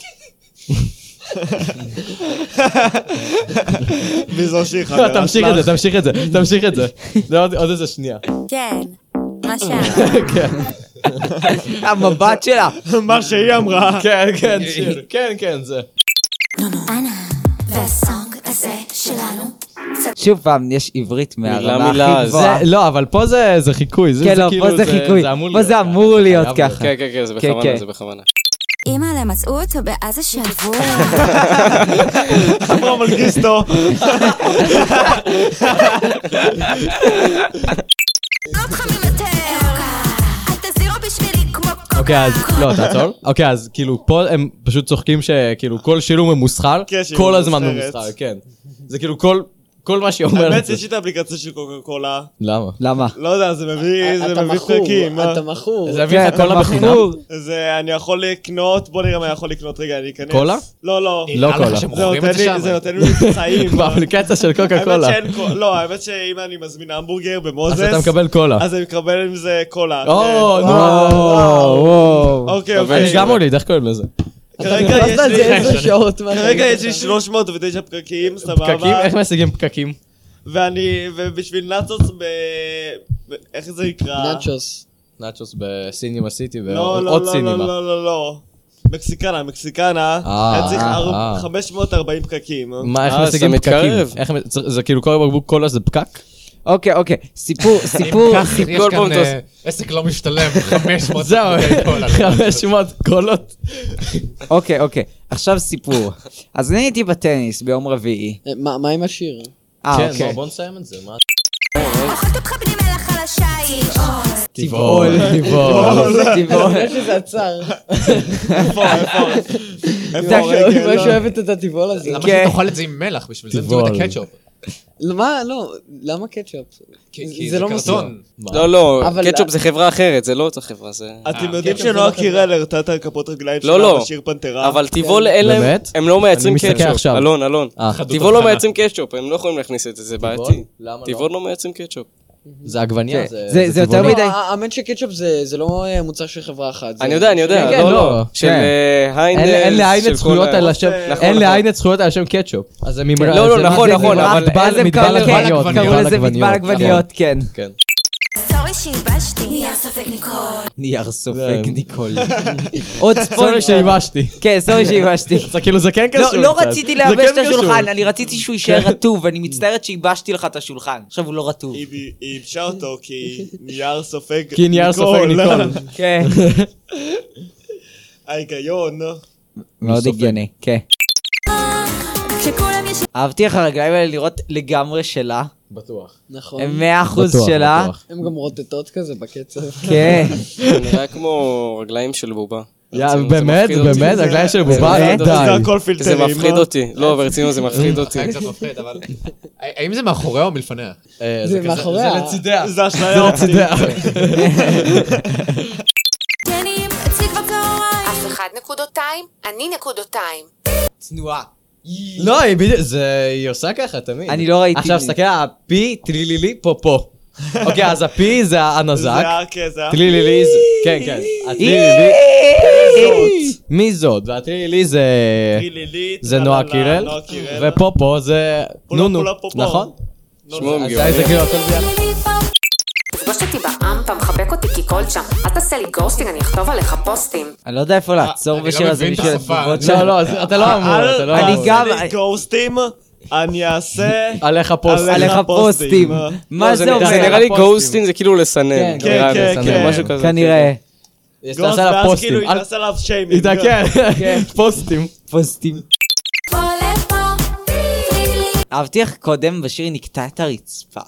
מי זו שיר חברה? תמשיך את זה, תמשיך את זה, תמשיך את זה. זה עוד איזה שנייה. כן, מה שאמרה. כן. המבט שלה. מה שהיא אמרה. כן, כן, שיר. כן, כן, זה. אנה, והסונג הזה שלנו. שוב פעם, יש עברית מהרמה מילה, הכי גבוהה. לא, אבל פה זה חיקוי. כן, לא, פה זה חיקוי. פה זה אמור להיות ככה. כן, כן, כן, זה בכוונה, זה בכוונה. אמא להם מצאו אותו בעזה שבוע. אמרו מלגיסטו. לא חמים יותר. אל תזירו בשבילי כמו קוקה. אוקיי, אז, לא, תעצור. אוקיי, אז כאילו, פה הם פשוט צוחקים שכאילו כל שיר הוא ממוסחר, כל הזמן ממוסחר, כן. זה כאילו כל... כל מה שהיא אומרת. האמת, יש לי את האפליקציה של קוקה קולה. למה? למה? לא יודע, זה מביא, זה מביא פרקים. אתה מכור. זה מביא לך קולה בחינם? זה, אני יכול לקנות, בוא נראה מה אני יכול לקנות, רגע, אני אכנס. קולה? לא, לא. לא קולה. זה נותן לי מבצעים. באפליקציה של קוקה קולה. האמת שאין, לא, האמת שאם אני מזמין המבורגר במוזס, אז אתה מקבל קולה. אז אני מקבל עם זה קולה. או, נו. אוקיי, אוקיי. אני גם מוליד, איך קוראים לזה? כרגע יש לי שלוש מאות ותשע פקקים, סבבה. פקקים? איך משיגים פקקים? ואני, ובשביל נאצוס ב... איך זה נקרא? נאצ'וס. נאצ'וס בסינימה סיטי לא, ועוד לא, סינימה. לא, לא, לא, לא. מקסיקנה, מקסיקנה. היה צריך חמש מאות וארבעים פקקים. מה, איך משיגים פקקים? זה כאילו כל בקבוק קולה זה פקק? אוקיי, אוקיי, סיפור, סיפור, יש כאן עסק לא משתלם, חמש מאות זהו, חמש מאות קולות. אוקיי, אוקיי, עכשיו סיפור. אז אני הייתי בטניס ביום רביעי. מה עם השיר? אה, כן, אוקיי. בוא נסיים את זה, מה? אוכלת אותך בני מלח על השיש. טיבול, טיבול. טיבול. יש איזה עצר. איפה, איפה? מה שאוהבת את הטיבול הזה. למה שתאכל את זה עם מלח? בשביל זה נתנו את הקטשופ. מה? לא, למה קטשופ? כי זה קרטון. לא, לא, קטשופ זה חברה אחרת, זה לא אותה חברה, זה... אתם יודעים שנועה קירל הרתה את הכפות רגליים לא, שלה לא. בשיר פנתרה? אבל טיבול אין להם, באמת? הם לא מייצרים אני מסתכל קטשופ. עכשיו. אלון, אלון. אה. טיבול לא מייצרים קטשופ, הם לא יכולים להכניס את זה, זה בעייתי. למה לא? טיבול לא מייצרים קטשופ. זה עגבניה, זה זה יותר טבעוני. מדי. האמת שקטשופ זה לא מוצר של חברה אחת. אני יודע, אני יודע, כן, לא, לא. לא. של היינד, אין לעין של את זכויות כל על ה- השם, נכון, אין נכון. לעין את זכויות על השם קטשופ. אז זה ממראה. לא, לא, נכון, נכון, אבל- אז הם מטבל קראו- עגבניות. כן, קראו לזה מטבל עגבניות, כן. כן. סורי שיבשתי. נייר ספק ניקול. נייר סופג ניקול. עוד סורי ספונסר. שייבשתי. כן, סורי שייבשתי. זה כאילו זה כן קשור. לא, לא קצת. רציתי זה לייבש כן את השולחן, קשור. אני רציתי שהוא יישאר רטוב, אני מצטערת שייבשתי לך את השולחן. עכשיו הוא לא רטוב. היא היא ייבשה אותו כי נייר סופג כי נייר סופג ניקול. כן. ההיגיון. מאוד הגיוני, כן. כשכולם יש... אהבתי איך הרגליים האלה לראות לגמרי שלה. בטוח. נכון. הם מאה אחוז בטוח, שלה. בטוח. הם גם רוטטות כזה בקצב. כן. זה נראה כמו רגליים של בובה. יא, ברצינות, זה באמת, מפחיד אותי. באמת, רגליים של בובה, באמת? זה די. הכל זה פילטרים. מפחיד אותי. לא, ברצינות זה מפחיד אותי. זה קצת מפחיד, אבל... האם זה מאחוריה או מלפניה? אה, זה כזה- מאחוריה. זה לצידיה. זה אשליה זה אופטית. לצידיה. תנים, אצלי כבר צהריים. אף אחד נקודותיים. נקודותיים, אני נקודותיים. צנועה. לא, היא בדיוק, זה, היא עושה ככה תמיד. אני לא ראיתי. עכשיו, סתכל, הפי, טלילילי, פה פה. אוקיי, אז הפי זה הנזק. טלילילי זה, כן, כן. הטלילילי, מי זאת? והטלילילי זה, זה נועה קירל. ופה פה זה נונו, נכון? שמום אז זה כאילו הכל ביחד. תפגוש אותי באמפה, מחבק אותי כי כל שם. אל תעשה לי גוסטינג, אני אכתוב עליך פוסטים. אני לא יודע איפה לעצור בשיר הזה בשביל התגובות לא, לא, אתה לא אמור, אתה לא אמור. אני גם... גוסטים, אני אעשה... עליך פוסטים. עליך פוסטים. מה זה אומר? זה נראה לי גוסטינג זה כאילו לסנן. כן, כן, כן. משהו כזה. כנראה. גוסט, ואז כאילו היא תעשה עליו שיימינג. כן, פוסטים. פוסטים. אהבתי איך קודם בשיר היא נקטע את הרצפה.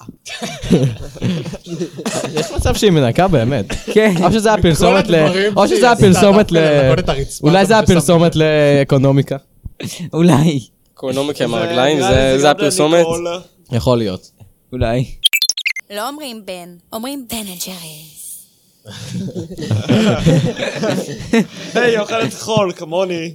יש מצב שהיא מנקה באמת. כן. או שזה היה פרסומת ל... או שזה היה פרסומת ל... אולי זה היה פרסומת לאקונומיקה. אולי. אקונומיקה עם הרגליים, זה הפרסומת? יכול להיות. אולי. לא אומרים בן, אומרים בן אנד ג'ריס. היי, אוכלת חול, כמוני.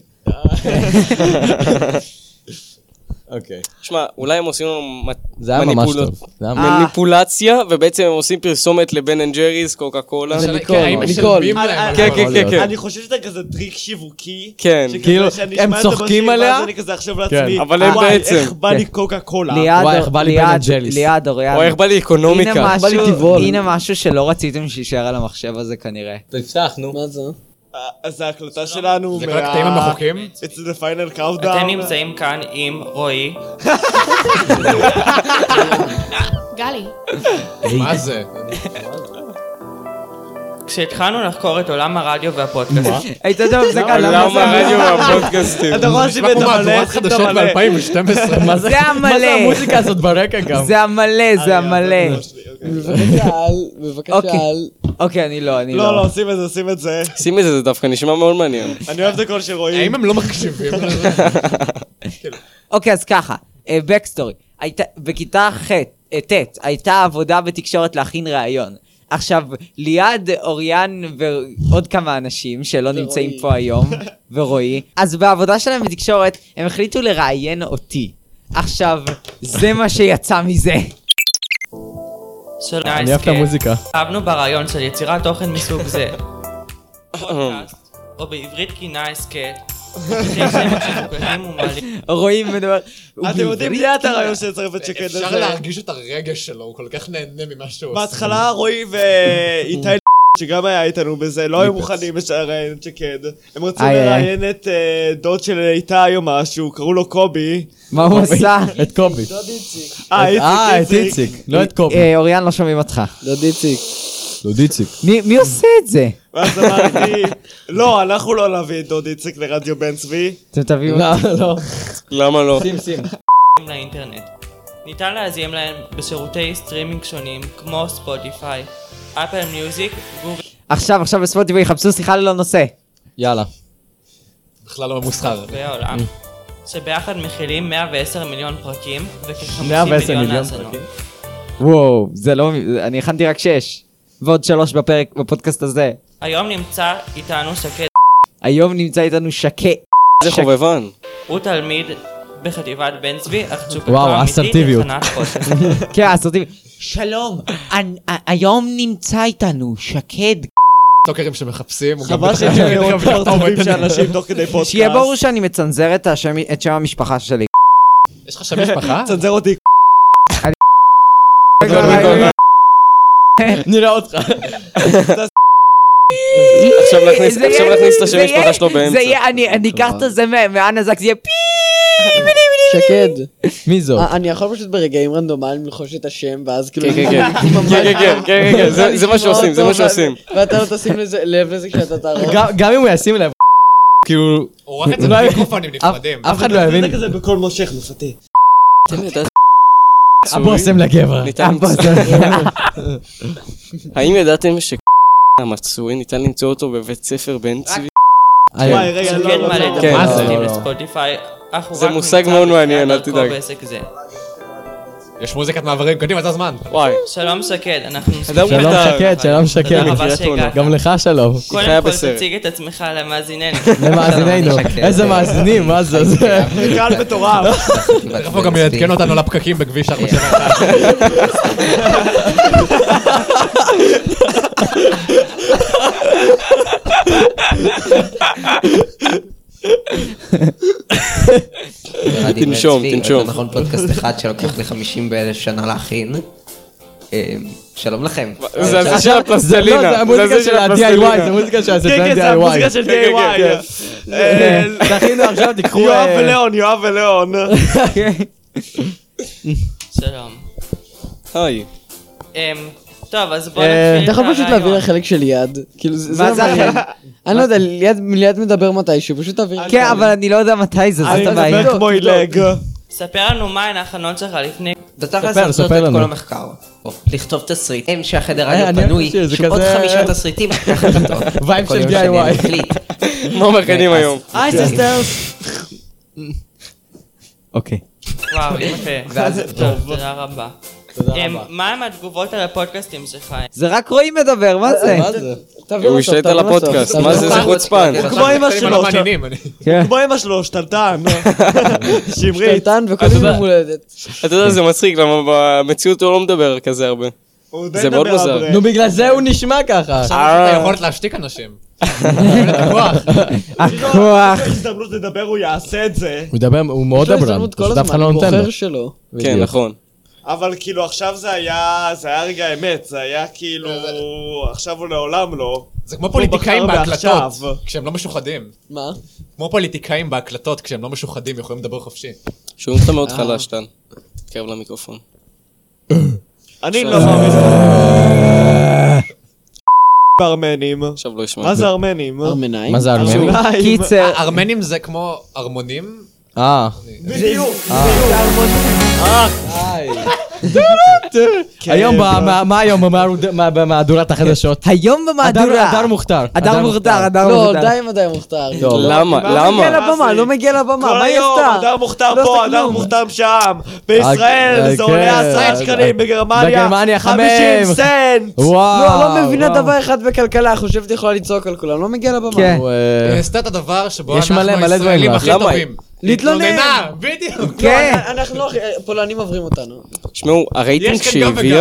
אוקיי. שמע, אולי הם עושים לנו זה היה ממש טוב. מניפולציה, ובעצם הם עושים פרסומת לבן אנד ג'ריס, קוקה קולה. זה ניקול. כן, כן, כן, כן. אני חושב שזה כזה טריק שיווקי. כן. כאילו, הם צוחקים עליה. ואז אני כזה עכשיו לעצמי, אבל הם וואי, בעצם. איך בא לי קוקה קולה. וואי, איך בא לי בן אנד ג'ריס. ליעד, אוריאן. או איך בא לי אקונומיקה. הנה משהו שלא רציתם שישאר על המחשב הזה כנראה. תפתח, נו. מה זה? אז זה ההקלטה שלנו. זה כל הקטעים המחוקים? It's the final countdown. אתם נמצאים כאן עם רועי. גלי. מה זה? כשהתחלנו לחקור את עולם הרדיו והפודקאסט. היית יודע זה כאן. עולם הרדיו והפודקאסטים. אתה יכול לשים את המלא. חדשות ב-אלפיים ושתים עשרה. מה זה המוזיקה הזאת ברקע גם? זה המלא, זה המלא. בבקשה, בבקשה. אוקיי, אני לא, אני לא. לא, לא, שים את זה, שים את זה. שים את זה, זה דווקא נשמע מאוד מעניין. אני אוהב את הכל שרואים. האם הם לא מקשיבים לזה? אוקיי, אז ככה, בקסטורי. בכיתה ח' ט' הייתה עבודה בתקשורת להכין ראיון. עכשיו, ליעד, אוריאן ועוד כמה אנשים שלא נמצאים פה היום, ורועי, אז בעבודה שלהם בתקשורת הם החליטו לראיין אותי. עכשיו, זה מה שיצא מזה. אני אוהב את המוזיקה. אהבנו ברעיון של יצירת תוכן מסוג זה. פודקאסט, או בעברית כינה הסקט. רואים מדבר. אתם יודעים בלי את הרעיון שצריך את שקד הזה. אפשר להרגיש את הרגש שלו, הוא כל כך נהנה ממה שהוא עושה. בהתחלה רועי ואיתי שגם היה איתנו בזה, לא היו מוכנים לראיין את שקד. הם רצו לראיין את דוד של איתי או משהו, קראו לו קובי. מה הוא עשה? את קובי. דוד איציק. אה, את איציק, לא את קובי. אוריאן, לא שומעים אותך. דוד איציק. דוד איציק. מי עושה את זה? ואז אמרתי, לא, אנחנו לא נביא את דוד איציק לרדיו בן צבי. אתם תביאו לא, לא. למה לא? שים, שים. לאינטרנט. ניתן להזים להם בשירותי סטרימינג שונים כמו ספוטיפיי, אפל מיוזיק, גוגל. עכשיו, עכשיו בספוטיפיי יחפשו שיחה ללא נושא. יאללה. בכלל לא ממוסחר. בעולם. שביחד מכילים מאה ועשר מיליון פרקים מאה וכ-חמישים ועשר מיליון מיליון האזנות. פרקים. וואו, זה לא... אני הכנתי רק שש. ועוד שלוש בפרק, בפודקאסט הזה. היום נמצא איתנו שקד. היום נמצא איתנו שקד. זה חובבן. הוא תלמיד בחטיבת בן צבי, אך תשוקתו וואו, אמיתית אסרטיביות. לתחנת חושך. כן, אסרטיביות. שלום, היום נמצא איתנו שקד. טוקרים שמחפשים, הוא גם חבל בטח... שיש מאוד פרצופים של אנשים תוך כדי פודקאסט. שיהיה ברור שאני מצנזר את שם המשפחה שלי. יש לך שם משפחה? צנזר אותי. נראה אותך. עכשיו להכניס את השם משפחה שלו באמצע. זה יהיה, אני אקח את זה מהנזק, זה יהיה פי... שקד. מי זאת? אני יכול פשוט ברגעים רנדומליים ללחוש את השם, ואז כאילו... כן, כן, כן, כן, כן, זה מה שעושים, זה מה שעושים. ואתה לא תשים לב לזה כשאתה תערוך. גם אם הוא ישים לב, כאילו... הוא רק את זה במיקרופונים נפרדים. אף אחד לא יבין. זה כזה בכל מושך נפתי. הבושם לגבר. האם ידעתם ש... המצוי ניתן למצוא אותו בבית ספר בן צבי? וואי, רגע, לא, לא, לא. כן, זה? לספוטיפיי, אך הוא זה רק מושג נמצא מאוד מעניין, בתחילת אל דרכו תדאג. בעסק זה. יש מוזיקת מעברים, קדימה, זה הזמן. וואי. שלום שקד, אנחנו... שלום שקד, שלום שקד. תודה רבה שהגעת. גם לך שלום. קודם כל תציג את עצמך למאזיננו. למאזיננו. איזה מאזינים, מה זה? קהל מטורף. איפה גם יעדכן אותנו לפקקים בכביש ארבע שבע אחת. תנשום, תנשום. זה נכון פודקאסט אחד שלוקח לי חמישים באלף שנה להכין. שלום לכם. זה של הפלסטלינה. זה המוזיקה של ה-די איי וואי, זה המוזיקה של הסרטן די איי וואי. כן, זה המוזיקה של די איי וואי. תכינו עכשיו, תיקחו... יואב ולאון, יואב ולאון. שלום. היי. טוב, אז בוא נתחיל. אתה יכול פשוט להעביר לחלק של ליד. מה זה החלק? אני לא יודע, ליד מדבר מתישהו, פשוט תעביר. כן, אבל אני לא יודע מתי זה, זאת הבעיה. אני מדבר כמו אילג. ספר לנו מה הן ההכנות שלך לפני... דתך לעשות את כל המחקר. לכתוב תסריט. אם שהחדר רדיו פנוי, שעוד חמישה תסריטים, ככה טוב. וייב של די איי וואי. מה מכנים היום? היי סיסטרס. אוקיי. וואו, יפה. טוב, תודה רבה. מה הם התגובות על הפודקאסטים שלך? זה רק רועי מדבר, מה זה? הוא השתלט על הפודקאסט, מה זה, זה חוצפן. כמו אמא שלו, כמו אמא שלו, שתלטן. שמרית. שתלטן וקודם יום הולדת. אתה יודע, זה מצחיק, למה במציאות הוא לא מדבר כזה הרבה. זה מאוד מוזר. נו, בגלל זה הוא נשמע ככה. עכשיו יש את היכולת להשתיק אנשים. הכוח. הכוח. הזדמנות לדבר, הוא יעשה את זה. הוא מדבר, הוא מאוד דברן. פשוט אף אחד לא נותן לו. כן, נכון. אבל כאילו עכשיו זה היה, זה היה רגע האמת, זה היה כאילו, עכשיו הוא לעולם לא. זה כמו פוליטיקאים בהקלטות, כשהם לא משוחדים. מה? כמו פוליטיקאים בהקלטות, כשהם לא משוחדים, יכולים לדבר חופשי. שומעים אותך מאוד חלש, טן. קרב למיקרופון. אני לא מאמין. ארמנים. עכשיו לא ישמע. מה זה ארמנים? ארמנאים? מה זה ארמנים? קיצר. ארמנים זה כמו ארמונים? אה. בדיוק. היום, מה היום במהדורת החדשות? היום במהדורה. הדר מוכתר. הדר מוכתר, הדר לא, מוכתר. די מדי מוכתר. למה? לא מגיע לבמה, לא מגיע לבמה, מה היא כל היום, עשתה? הדר מוכתר פה, הדר מוכתר שם. בישראל זה עולה עשרה שקלים, בגרמניה חמישים סנט. לא, לא מבינה דבר אחד בכלכלה, חושבת יכולה לצעוק על כולם, לא מגיע לבמה. היא עשתה את הדבר שבו אנחנו הישראלים הכי טובים. להתלונן. בדיוק. כן. אנחנו לא, פולנים עוברים אותנו. תשמעו, הרייטינג שהביאה,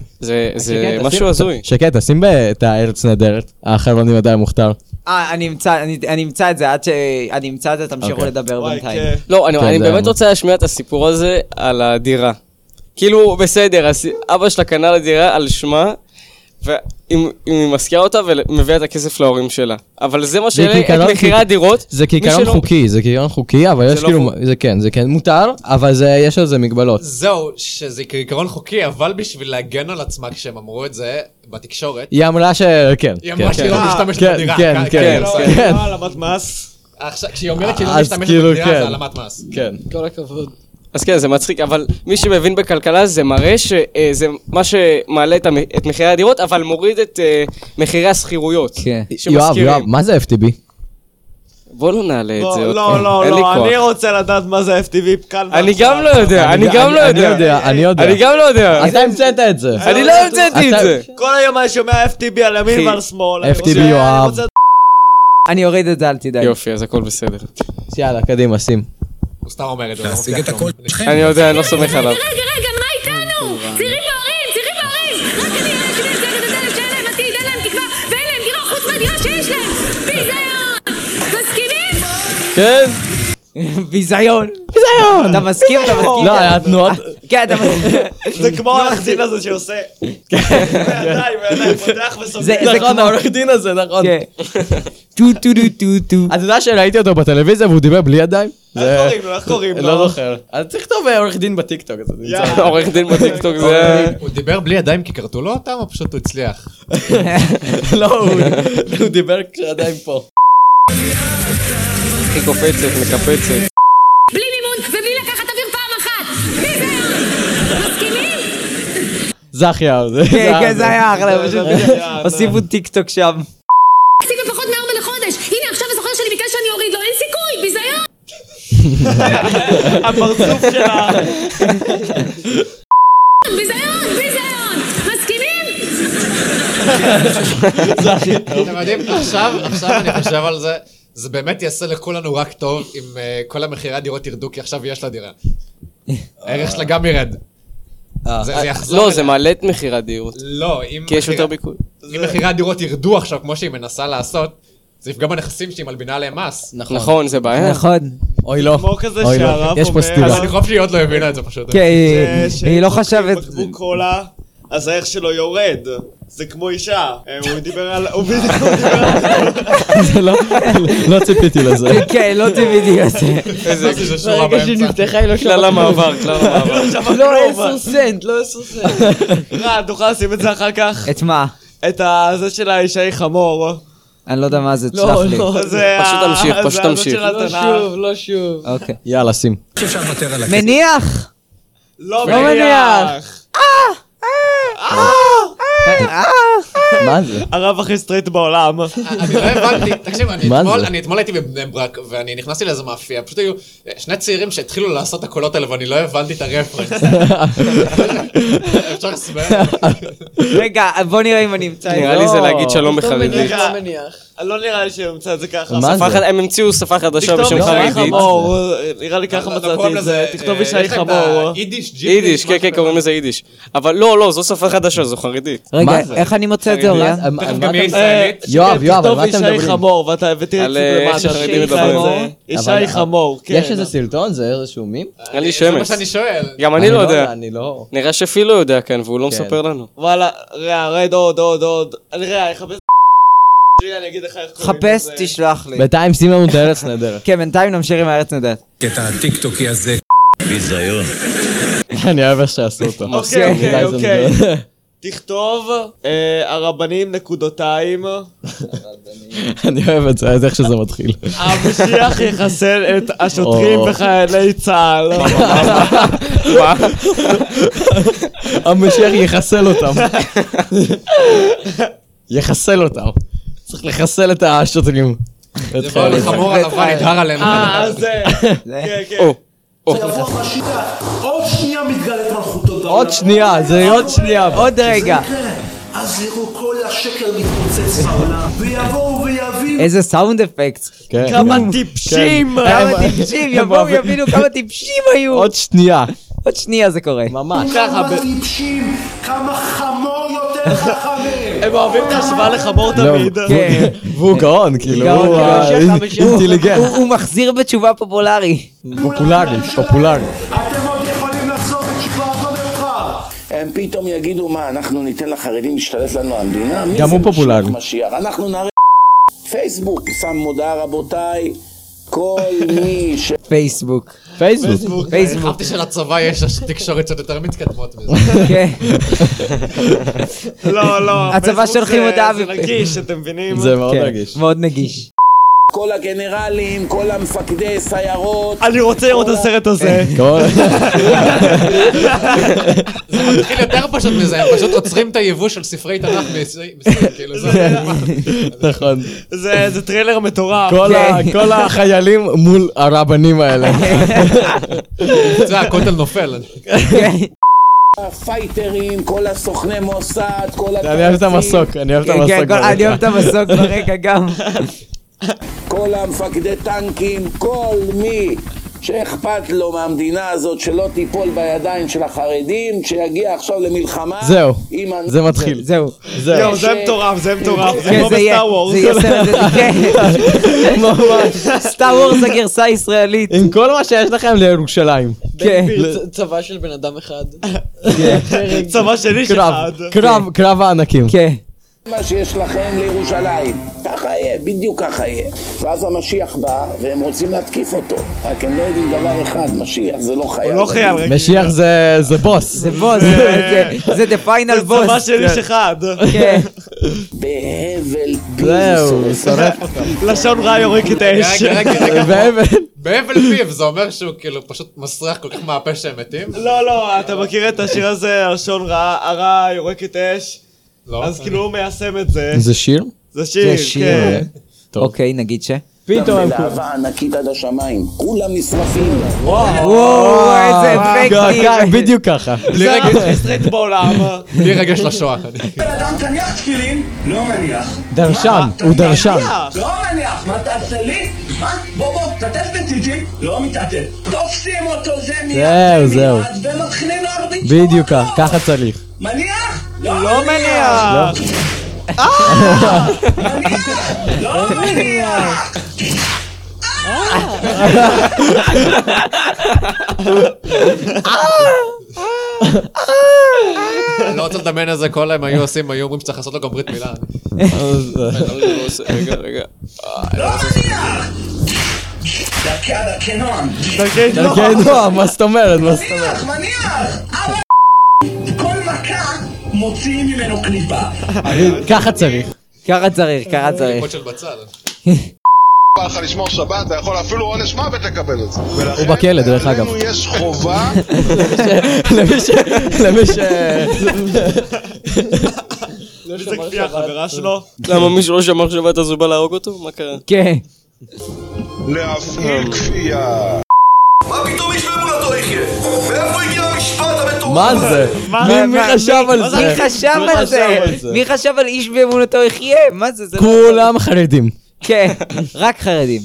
זה משהו הזוי. שקט, תשים את הארץ נהדרת, האחרונים עדיין מוכתר. אה, אני אמצא את זה, עד שאני אמצא את זה, תמשיכו לדבר בינתיים. לא, אני באמת רוצה להשמיע את הסיפור הזה על הדירה. כאילו, בסדר, אבא שלה קנה לדירה על שמה, ואם היא מזכירה אותה ומביאה את הכסף להורים שלה. אבל זה מה שאלה את מחירי הדירות. זה כעיקרון חוקי, זה כעיקרון חוקי, אבל יש כאילו, זה כן, זה כן מותר, אבל יש על זה מגבלות. זהו, שזה כעיקרון חוקי, אבל בשביל להגן על עצמה כשהם אמרו את זה בתקשורת. היא אמרה ש... כן. היא אמרה שהיא לא משתמשת בדירה. כן, כן, כן. לא, העלמת מס. כשהיא אומרת שהיא לא משתמשת בדירה, זה העלמת מס. כן. כל הכבוד. אז כן, זה מצחיק, אבל מי שמבין בכלכלה זה מראה שזה מה שמעלה את מחירי הדירות, אבל מוריד את מחירי השכירויות. כן. יואב, יואב, מה זה אף טי בי? בוא לא נעלה את זה. לא, לא, לא, אני רוצה לדעת מה זה אף טי בי כאן. אני גם לא יודע, אני גם לא יודע. אני יודע. אני גם לא יודע. אתה המצאת את זה. אני לא המצאתי את זה. כל היום אני שומע אף טי בי על ימין ועל שמאל. אף טי בי יואב. אני אוריד את זה, אל תדאג. יופי, אז הכל בסדר. יאללה, קדימה, שים. הוא סתם אומר את זה. להשיג את הכל. אני יודע, אני לא סומך עליו. רגע, רגע, מה איתנו? צעירים והורים, צעירים והורים! רק אני אראה שלי לצייג את הדלת שאין להם עתיד, אין להם תקווה, ואין להם דירה חוץ מהדירה שיש להם! ביזיון! מסכימים? כן. ביזיון. ביזיון. אתה מסכים? אתה מסכים? לא, היה תנועות. כן, אתה מסכים. זה כמו העורך דין הזה שעושה. בידיים, בידיים, פותח וסוגר. נכון, העורך דין הזה, נכון. טו טו טו טו טו. אתה יודע שראיתי אותו בטלוויזיה והוא דיבר בלי ידיים? איך קוראים לו? איך קוראים לו? לא זוכר. אז צריך לכתוב עורך דין בטיקטוק. עורך דין בטיקטוק זה... הוא דיבר בלי ידיים כי קרתו לו אותם או פשוט הוא הצליח? לא, הוא דיבר כשעדיין פה. הכי קופצת, מקפצת. בלי מימון ובלי לקחת אוויר פעם אחת! ביזיון! מסכימים? זה הכי אהב. כן, כן, זה היה אחלה. פשוט הוסיפו טיקטוק שם. עשיתי פחות מארבע לחודש! הנה עכשיו הסוחר שלי ביקש שאני אוריד לו, אין סיכוי! ביזיון! הפרצוף שלה. ביזיון, ביזיון! מסכימים? אתם יודעים, עכשיו, עכשיו אני חושב על זה, זה באמת יעשה לכולנו רק טוב אם כל המחירי הדירות ירדו, כי עכשיו יש לה דירה. הערך שלה גם ירד. לא, זה מעלה את מחיר הדירות. לא, כי יש יותר ביקוי. אם מחירי הדירות ירדו עכשיו, כמו שהיא מנסה לעשות, זה יפגע בנכסים שהיא מלבינה עליהם מס. נכון, זה בעיה. נכון. אוי לא, כמו כזה אוי לא, שהרב יש פה אומר- סתירה. אז אני חושב שהיא עוד לא הבינה את זה פשוט. כן, היא- ש- היא לא שאם חשבת... לוקחים בקבוק קולה, אז הערך שלו יורד. זה כמו אישה. אה, הוא דיבר על... הוא בדיוק דיבר על... זה לא, לא ציפיתי לזה. כן, לא ציפיתי לזה. איזה זה שורה ברגע באמצע. שנפתחה היא לא כלל המעבר, כלל המעבר. לא עשר סנט, לא עשר סנט. רע, תוכל לשים את זה אחר כך? את מה? את הזה של האישה היא חמור. אני לא יודע מה זה, לא, תשלח לי. לא. זה פשוט ה- תמשיך, זה פשוט הזאת תמשיך. של לא התנ"ך. שוב, לא שוב. אוקיי. יאללה, שים. מניח! לא לא מניח. מה זה? הרב הכי סטרייט בעולם. אני לא הבנתי, תקשיב, אני מה אתמול- זה? אני אתמול הייתי בבני ברק, ואני נכנסתי לאיזה מאפייה, פשוט היו שני צעירים שהתחילו לעשות את הקולות האלה, ואני לא הבנתי את הרפרנס. אפשר לסבר? רגע, בוא נראה אם אני אמצא את זה. נראה לי זה להגיד שלום לא בחרדית. מניח, לא מניח. לא נראה לי שהוא ימצא את זה ככה. מה שפה זה? חד- הם המציאו שפה חדשה תכתוב בשם אישה היא חרדית. חמור, נראה לי ככה לא, לא מצאתי קוראים את זה. לזה, תכתוב אה, אישה היא יש להם את חמור. היידיש, ג'ידיש, יידיש, כן, כן, קוראים לזה יידיש. אבל לא, לא, זו שפה חדשה, זו חרדית. רגע, מה זה? איך אני מוצא את זה, אוריאן? על מה- על תכף מה גם יהיה אתם- ישראלית. יואב, יואב, על תכתוב מה אתם אישה היא מדברים? חמור, ואתה- ותראה על, קצת אה, למטה. איך שחרדים אישה מדברים. זה- אישה אבל- היא חמור, כן. יש איזה סרטון? זה איזשהו מים? נראה לי זה מה שמץ. שאני שואל. גם אני לא יודע. אני לא... נראה שפילו יודע כאן, והוא לא כן. מספר לנו. וואלה, רע, רד עוד, עוד, עוד. אני רע, אחפש... אני אגיד לך איך קוראים חפש, לזה. תשלח לי. בינתיים שים לנו את הארץ נהדרת. כן, בינתיים נמשיך עם הארץ נהדרת. קטע הטיקטוקי הזה. ביזיון. אני אוהב איך שעשו אותו. אוקיי, אוקיי, מדי אוקיי. זה- תכתוב, אה, הרבנים נקודתיים, אני אוהב את זה, אז איך שזה מתחיל. המשיח יחסל את השוטרים או. וחיילי צה"ל. מה? המשיח יחסל אותם. יחסל אותם. צריך לחסל את השוטרים. את זה חיילי בוא לחמור הלבן נדהר עלינו. אה, זה. כן, כן. או, או. יבוא המשיח, עוד שנייה מתגלית מלכותו בעולם. עוד שנייה, זה עוד שנייה. עוד רגע. אז יראו כל השקר מתפוצץ בעולם, ויבואו ויביאו... איזה סאונד אפקט. כן. כמה טיפשים. כמה טיפשים, יבואו יבינו כמה טיפשים היו. עוד שנייה. עוד שנייה זה קורה. ממש. כמה טיפשים, כמה חמור יותר חכמים. הם אוהבים את ההשוואה לחמור תמיד. כן. והוא גאון, כאילו, גאון, הוא גאון. ה- אינטליגנט. הוא- הוא מחזיר בתשובה פופולרי. פופולרי, פופולרי. אתם עוד יכולים לחזור בתשובה לא מאוחר. הם פתאום יגידו מה, אנחנו ניתן לחרדים להשתלט לנו המדינה? מי גם זה הוא פופולרי. משיח משיח? אנחנו נראה פייסבוק, שם מודעה רבותיי, כל מי ש... פייסבוק. פייסבוק. פייסבוק. חשבתי שלצבא יש תקשורת קצת יותר מתקדמות מזה. כן. לא, לא. הצבא פייסבוק שולחים זה- הודעה זה בפ- נגיש, אתם מבינים? זה מאוד כן, רגיש. מאוד נגיש. כל הגנרלים, כל המפקדי סיירות. אני רוצה לראות את הסרט הזה. כל- זה מתחיל יותר פשוט מזה, הם פשוט עוצרים את היבוא של ספרי תנ"ך מסין, כאילו זה... נכון. זה זה טריילר מטורף. כל ה- כל החיילים מול הרבנים האלה. זה הכותל נופל. הפייטרים, כל הסוכני מוסד, כל אני אוהב את המסוק, אני אוהב את כן, המסוק. כן, כל- אני אוהב את המסוק ברקע גם. כל המפקדי טנקים, כל מי שאכפת לו מהמדינה הזאת שלא תיפול בידיים של החרדים, כשיגיע עכשיו למלחמה. זהו, עם ה- זה מתחיל. זהו. זהו. יואו, זה מטורף, זה מטורף. זה כן, כמו זה יהיה- בסטאר וורס. זה יהיה סרט, כן. סטאר וורס הגרסה הישראלית. עם כל מה שיש לכם לירושלים. כן. צ- צבא של בן אדם אחד. צבא של איש קרב, אחד. קרב, קרב הענקים. כן. מה שיש לכם לירושלים. ככה יהיה, בדיוק ככה יהיה. ואז המשיח בא, והם רוצים להתקיף אותו. רק הם לא יודעים דבר אחד, משיח זה לא חייל. הוא לא חייל, רגע. משיח זה זה בוס. זה בוס, זה- זה- זה the final boss. צבא של איש אחד. כן. בהבל פיו זהו, שורף. שורף אותם. לשון רע יורק את האש. רגע, רגע, רגע. והבל. בהבל פיו זה אומר שהוא כאילו פשוט מסריח כל כך מהפה שהם מתים? לא, לא, אתה מכיר את השיר הזה, לשון רע, הרע יורק את האש? לא. אז כאילו הוא מיישם את זה. זה שיר? זה שיר, זה שיר. כן. טוב. אוקיי, נגיד ש... פתאום הם בלהבה ענקית עד השמיים, כולם נשרפים. וואו, איזה אפקטים. בדיוק ככה. זה הכי סטרייט בעולם. בלי רגש לשואה. בן אדם תניח תפילין? לא מניח. דרשן, הוא דרשן. לא מניח, מה תעשה לי? מה? בוא בוא, תתף בציצים? לא מתעטף. תופסים אותו זה מיד זהו, ומיד ומתחילים להרביץ. בדיוק ככה צריך. מניח? לא מניח. אה! מניח! לא מניח! אני לא רוצה לדמיין איזה כל הם היו עושים, היו אומרים שצריך לעשות לו גם ברית מילה. רגע, רגע. לא מניח! דרכי נועם. דרכי נועם, מה זאת אומרת? מה זאת אומרת? מניח, מניח! כל מכה מוציאים ממנו קליפה. ככה צריך. ככה צריך, ככה צריך. קליפות של בצל. בא לך לשמור שבת, אתה יכול אפילו עונש מוות לקבל את זה. הוא בכלא, דרך אגב. ולכן יש חובה... למי ש... למי ש... זה כפייה, חברה שלו. למה מישהו לא שמר שבת אז הוא בא להרוג אותו? מה קרה? כן. להפעיל כפייה. מה פתאום איש באמונתו יחיה? מאיפה הגיע המשפט המטורף? מה זה? מי חשב על זה? מי חשב על זה? מי חשב על איש באמונתו יחיה? מה זה? כולם חרדים. כן, רק חרדים.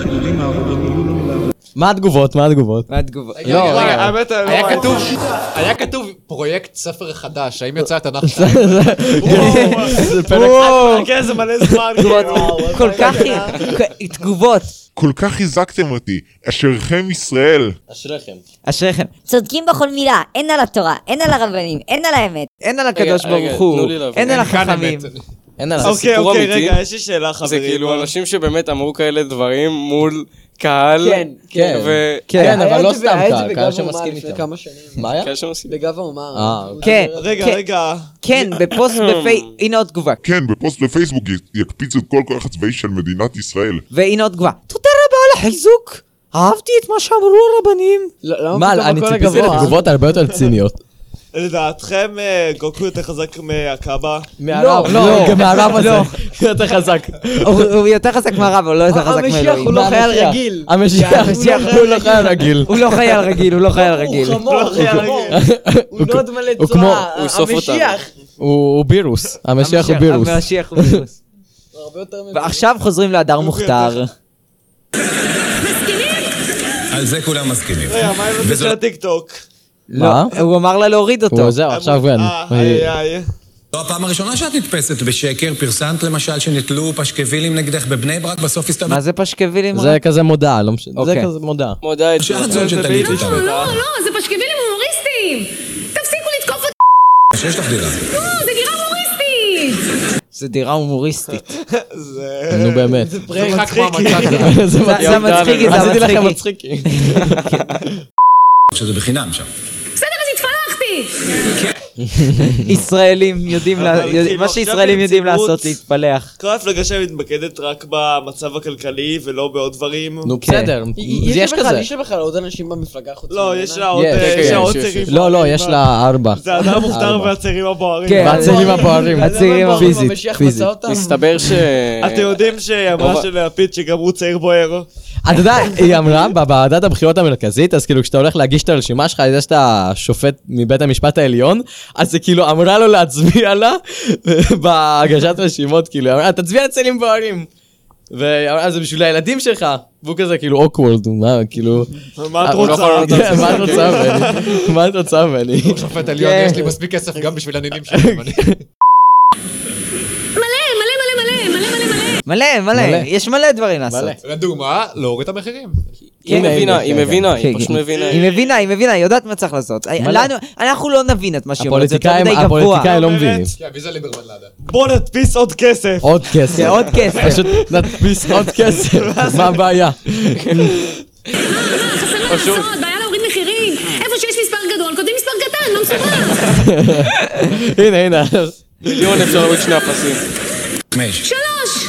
מה התגובות? מה התגובות? מה התגובות? לא, האמת, היה כתוב, היה כתוב פרויקט ספר חדש, האם יצא התנ"ך? זה פרק... כן, זה מלא זמן. כל כך... תגובות. כל כך חיזקתם אותי, אשריכם ישראל. אשריכם. אשריכם. צודקים בכל מילה, אין על התורה, אין על הרבנים, אין על האמת. אין על הקדוש ברוך הוא, אין על החכמים. אוקיי, אוקיי, רגע, יש לי שאלה חברים. זה כאילו אנשים שבאמת אמרו כאלה דברים מול קהל. כן, כן. כן, אבל לא סתם קהל, קהל שמסכים איתם. מה היה? קהל שמסכים. בגב האומה. כן. רגע, רגע. כן, בפוסט בפייסבוק, הנה עוד תגובה. כן, בפוסט בפייסבוק יקפיצו את כל כוח הצבאי של מדינת ישראל. והנה עוד תגובה. תודה רבה על החיזוק. אהבתי את מה שאמרו הרבנים. מה, אני ציפיתי לתגובות הרבה יותר ציניות. לדעתכם גוקו יותר חזק מהקאבה? מהרב, לא, גם מהרב הזה. יותר חזק. הוא יותר חזק מהרב, אבל לא יותר חזק מאלוהים. המשיח הוא לא חייל רגיל. המשיח הוא לא חייל רגיל. הוא לא חייל רגיל, הוא לא חייל רגיל. הוא חמור, הוא מאוד מלא צורה. המשיח. הוא בירוס. המשיח הוא בירוס. המשיח הוא בירוס. ועכשיו חוזרים להדר מוכתר. על זה כולם מסכימים. רגע, מה עם זה של הטיקטוק? לא, הוא אמר לה להוריד אותו. זהו, עכשיו אין. לא הפעם הראשונה שאת נתפסת בשקר, פרסמת למשל שנתלו פשקווילים נגדך בבני ברק, בסוף הסתבר... מה זה פשקווילים? זה כזה מודעה, לא משנה. זה כזה מודעה. מודעה את זה. לא, לא, לא, זה פשקווילים הומוריסטים. תפסיקו לתקוף אותי. שיש לך דירה. לא, זה דירה הומוריסטית. זה דירה הומוריסטית. נו באמת. זה פרק מצחיקי. זה מצחיקי, זה עשיתי לכם מצחיקי. שזה בחינם שם. בסדר, אז התפלחתי. ישראלים יודעים, מה שישראלים יודעים לעשות, להתפלח. כל ההפלגה שלהם מתמקדת רק במצב הכלכלי ולא בעוד דברים. נו בסדר, יש כזה. יש בכלל עוד אנשים במפלגה חוץ. לא, יש לה עוד צעירים. לא, לא, יש לה ארבע. זה אדם מוכתר והצעירים הבוערים. והצעירים הבוערים. הצעירים פיזית, פיזית. מסתבר ש... אתם יודעים שהיא אמרה של לפיד שגם הוא צעיר בוער. אתה יודע, היא אמרה בוועדת הבחירות המרכזית, אז כאילו כשאתה הולך להגיש את הרשימה שלך, יש את השופט מבית המשפט העליון, אז זה כאילו אמרה לו להצביע לה בהגשת רשימות, כאילו, אמרה, תצביע לצעירים בוערים. ואמרה, זה בשביל הילדים שלך. והוא כזה כאילו אוקוולד, מה, כאילו... מה את רוצה? מה את רוצה ממני? מה את רוצה ממני? שופט עליון, יש לי מספיק כסף גם בשביל הנינים שלי. מלא, מלא, יש מלא דברים לעשות. לדוגמה, להוריד את המחירים. היא מבינה, היא מבינה, היא פשוט מבינה. היא מבינה, היא מבינה, היא יודעת מה צריך לעשות. אנחנו לא נבין את מה שהיא אומרת, זה יותר מדי גבוה. הפוליטיקאים לא מבינים. כן, מי זה ליברמן לאדה? בוא נדפיס עוד כסף. עוד כסף. עוד כסף. פשוט נדפיס עוד כסף. מה הבעיה? פשוט. בעיה להוריד מחירים. איפה שיש מספר גדול, כותבים מספר קטן, לא מסובך. הנה, הנה. מיליון אפשר להוריד שני אפסים. שלוש!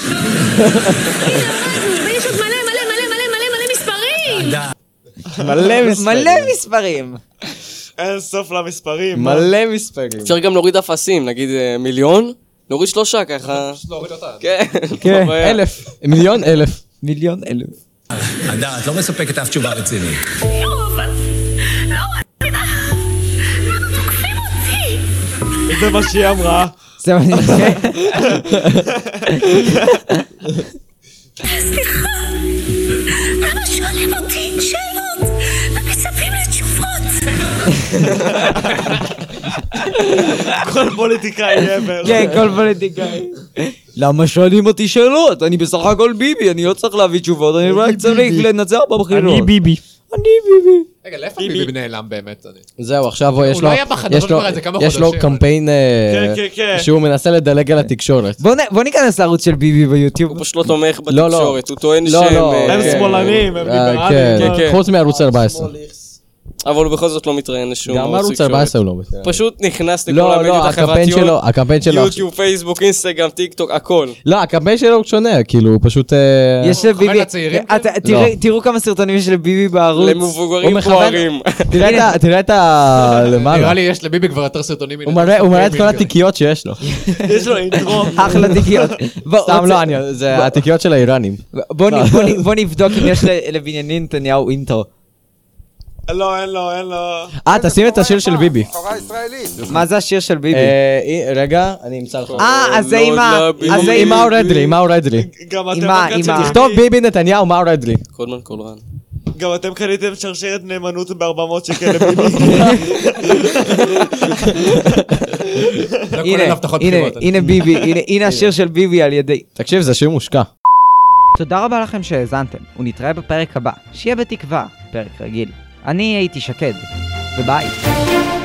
ויש עוד מלא מלא מלא מלא מלא מלא מספרים! מלא מספרים. מלא מספרים. אין סוף למספרים. מלא מספרים. אפשר גם להוריד אפסים, נגיד מיליון, נוריד שלושה ככה. פשוט להוריד אותה. כן. כן, אלף. מיליון אלף. מיליון אלף. אדר, את לא מספקת אף תשובה רצינית. לא, אבל... לא, אני... למה תוקפים אותי? זה מה שהיא אמרה. זה מה שאני... סליחה, למה שואלים אותי שאלות ומצפים לתשובות? כל פוליטיקאי יבר. כן, כל פוליטיקאי. למה שואלים אותי שאלות? אני בסך הכל ביבי, אני לא צריך להביא תשובות, אני רק צריך לנצח בבחירות. אני ביבי. אני ביבי. רגע, לאיפה ביבי נעלם באמת? זהו, עכשיו יש לו... הוא לא היה בחדשות כבר איזה כמה יש לו חודשים. קמפיין כן, כן, כן. שהוא מנסה לדלג על התקשורת. בוא ניכנס לערוץ של ביבי ביוטיוב. הוא פשוט לא תומך לא, לא. בתקשורת, הוא טוען לא, שהם... לא. אה, הם כן. שמאלנים, הם אה, ליברלים. כן, חוץ מערוץ ארבע עשרה. אבל הוא בכל זאת לא מתראיין לשום גם ערוץ ארבע עשרה הוא לא מתראיין. פשוט נכנס לכל לא, המדיות לא, הקמפיין שלו, החברתיות, הקמפיין שלו... יוטיוב, פייסבוק, אינסטגרם, טיק טוק, הכל. לא, הקמפיין שלו הוא שונה, כאילו, הוא פשוט... אה, יש לביבי... לצעירים, אתה- תראה- תראו כמה סרטונים יש לביבי בערוץ. למבוגרים הוא מכוון- בוערים. תראה את ה... תראה את ה... למעלה. נראה לי יש לביבי כבר יותר סרטונים. הוא מראה הוא מראה את כל התיקיות שיש לו. יש לו אינטרו. אחלה תיקיות. בוא, סתם רוצה- לא, אני- זה התיקיות של האיראנים. בוא נ- בוא נ- בוא נבדוק אם יש ל- לבנימין נתניהו אינטרו. לא, אין לו, אין לו. אה, תשים את השיר של ביבי. מה זה השיר של ביבי? אה, רגע, אני אמצא לך. אה, אז זה עם ה... אז זה עם מה הורד לי, עם מה הורד לי. גם עם אתם מה- רק עם ה- רציתם- תכתוב ביבי נתניהו, מה הורד לי. קולמן קולרן. גם אתם קניתם שרשרת נאמנות ב-ארבע מאות שקל לביבי. הנה, הנה, הנה ביבי, הנה- הנה השיר של ביבי על ידי. תקשיב, זה שיר מושקע. תודה רבה לכם שהאזנתם, ונתראה בפרק הבא, שיהיה בתקווה, פרק רגיל. אני הייתי שקד, וביי.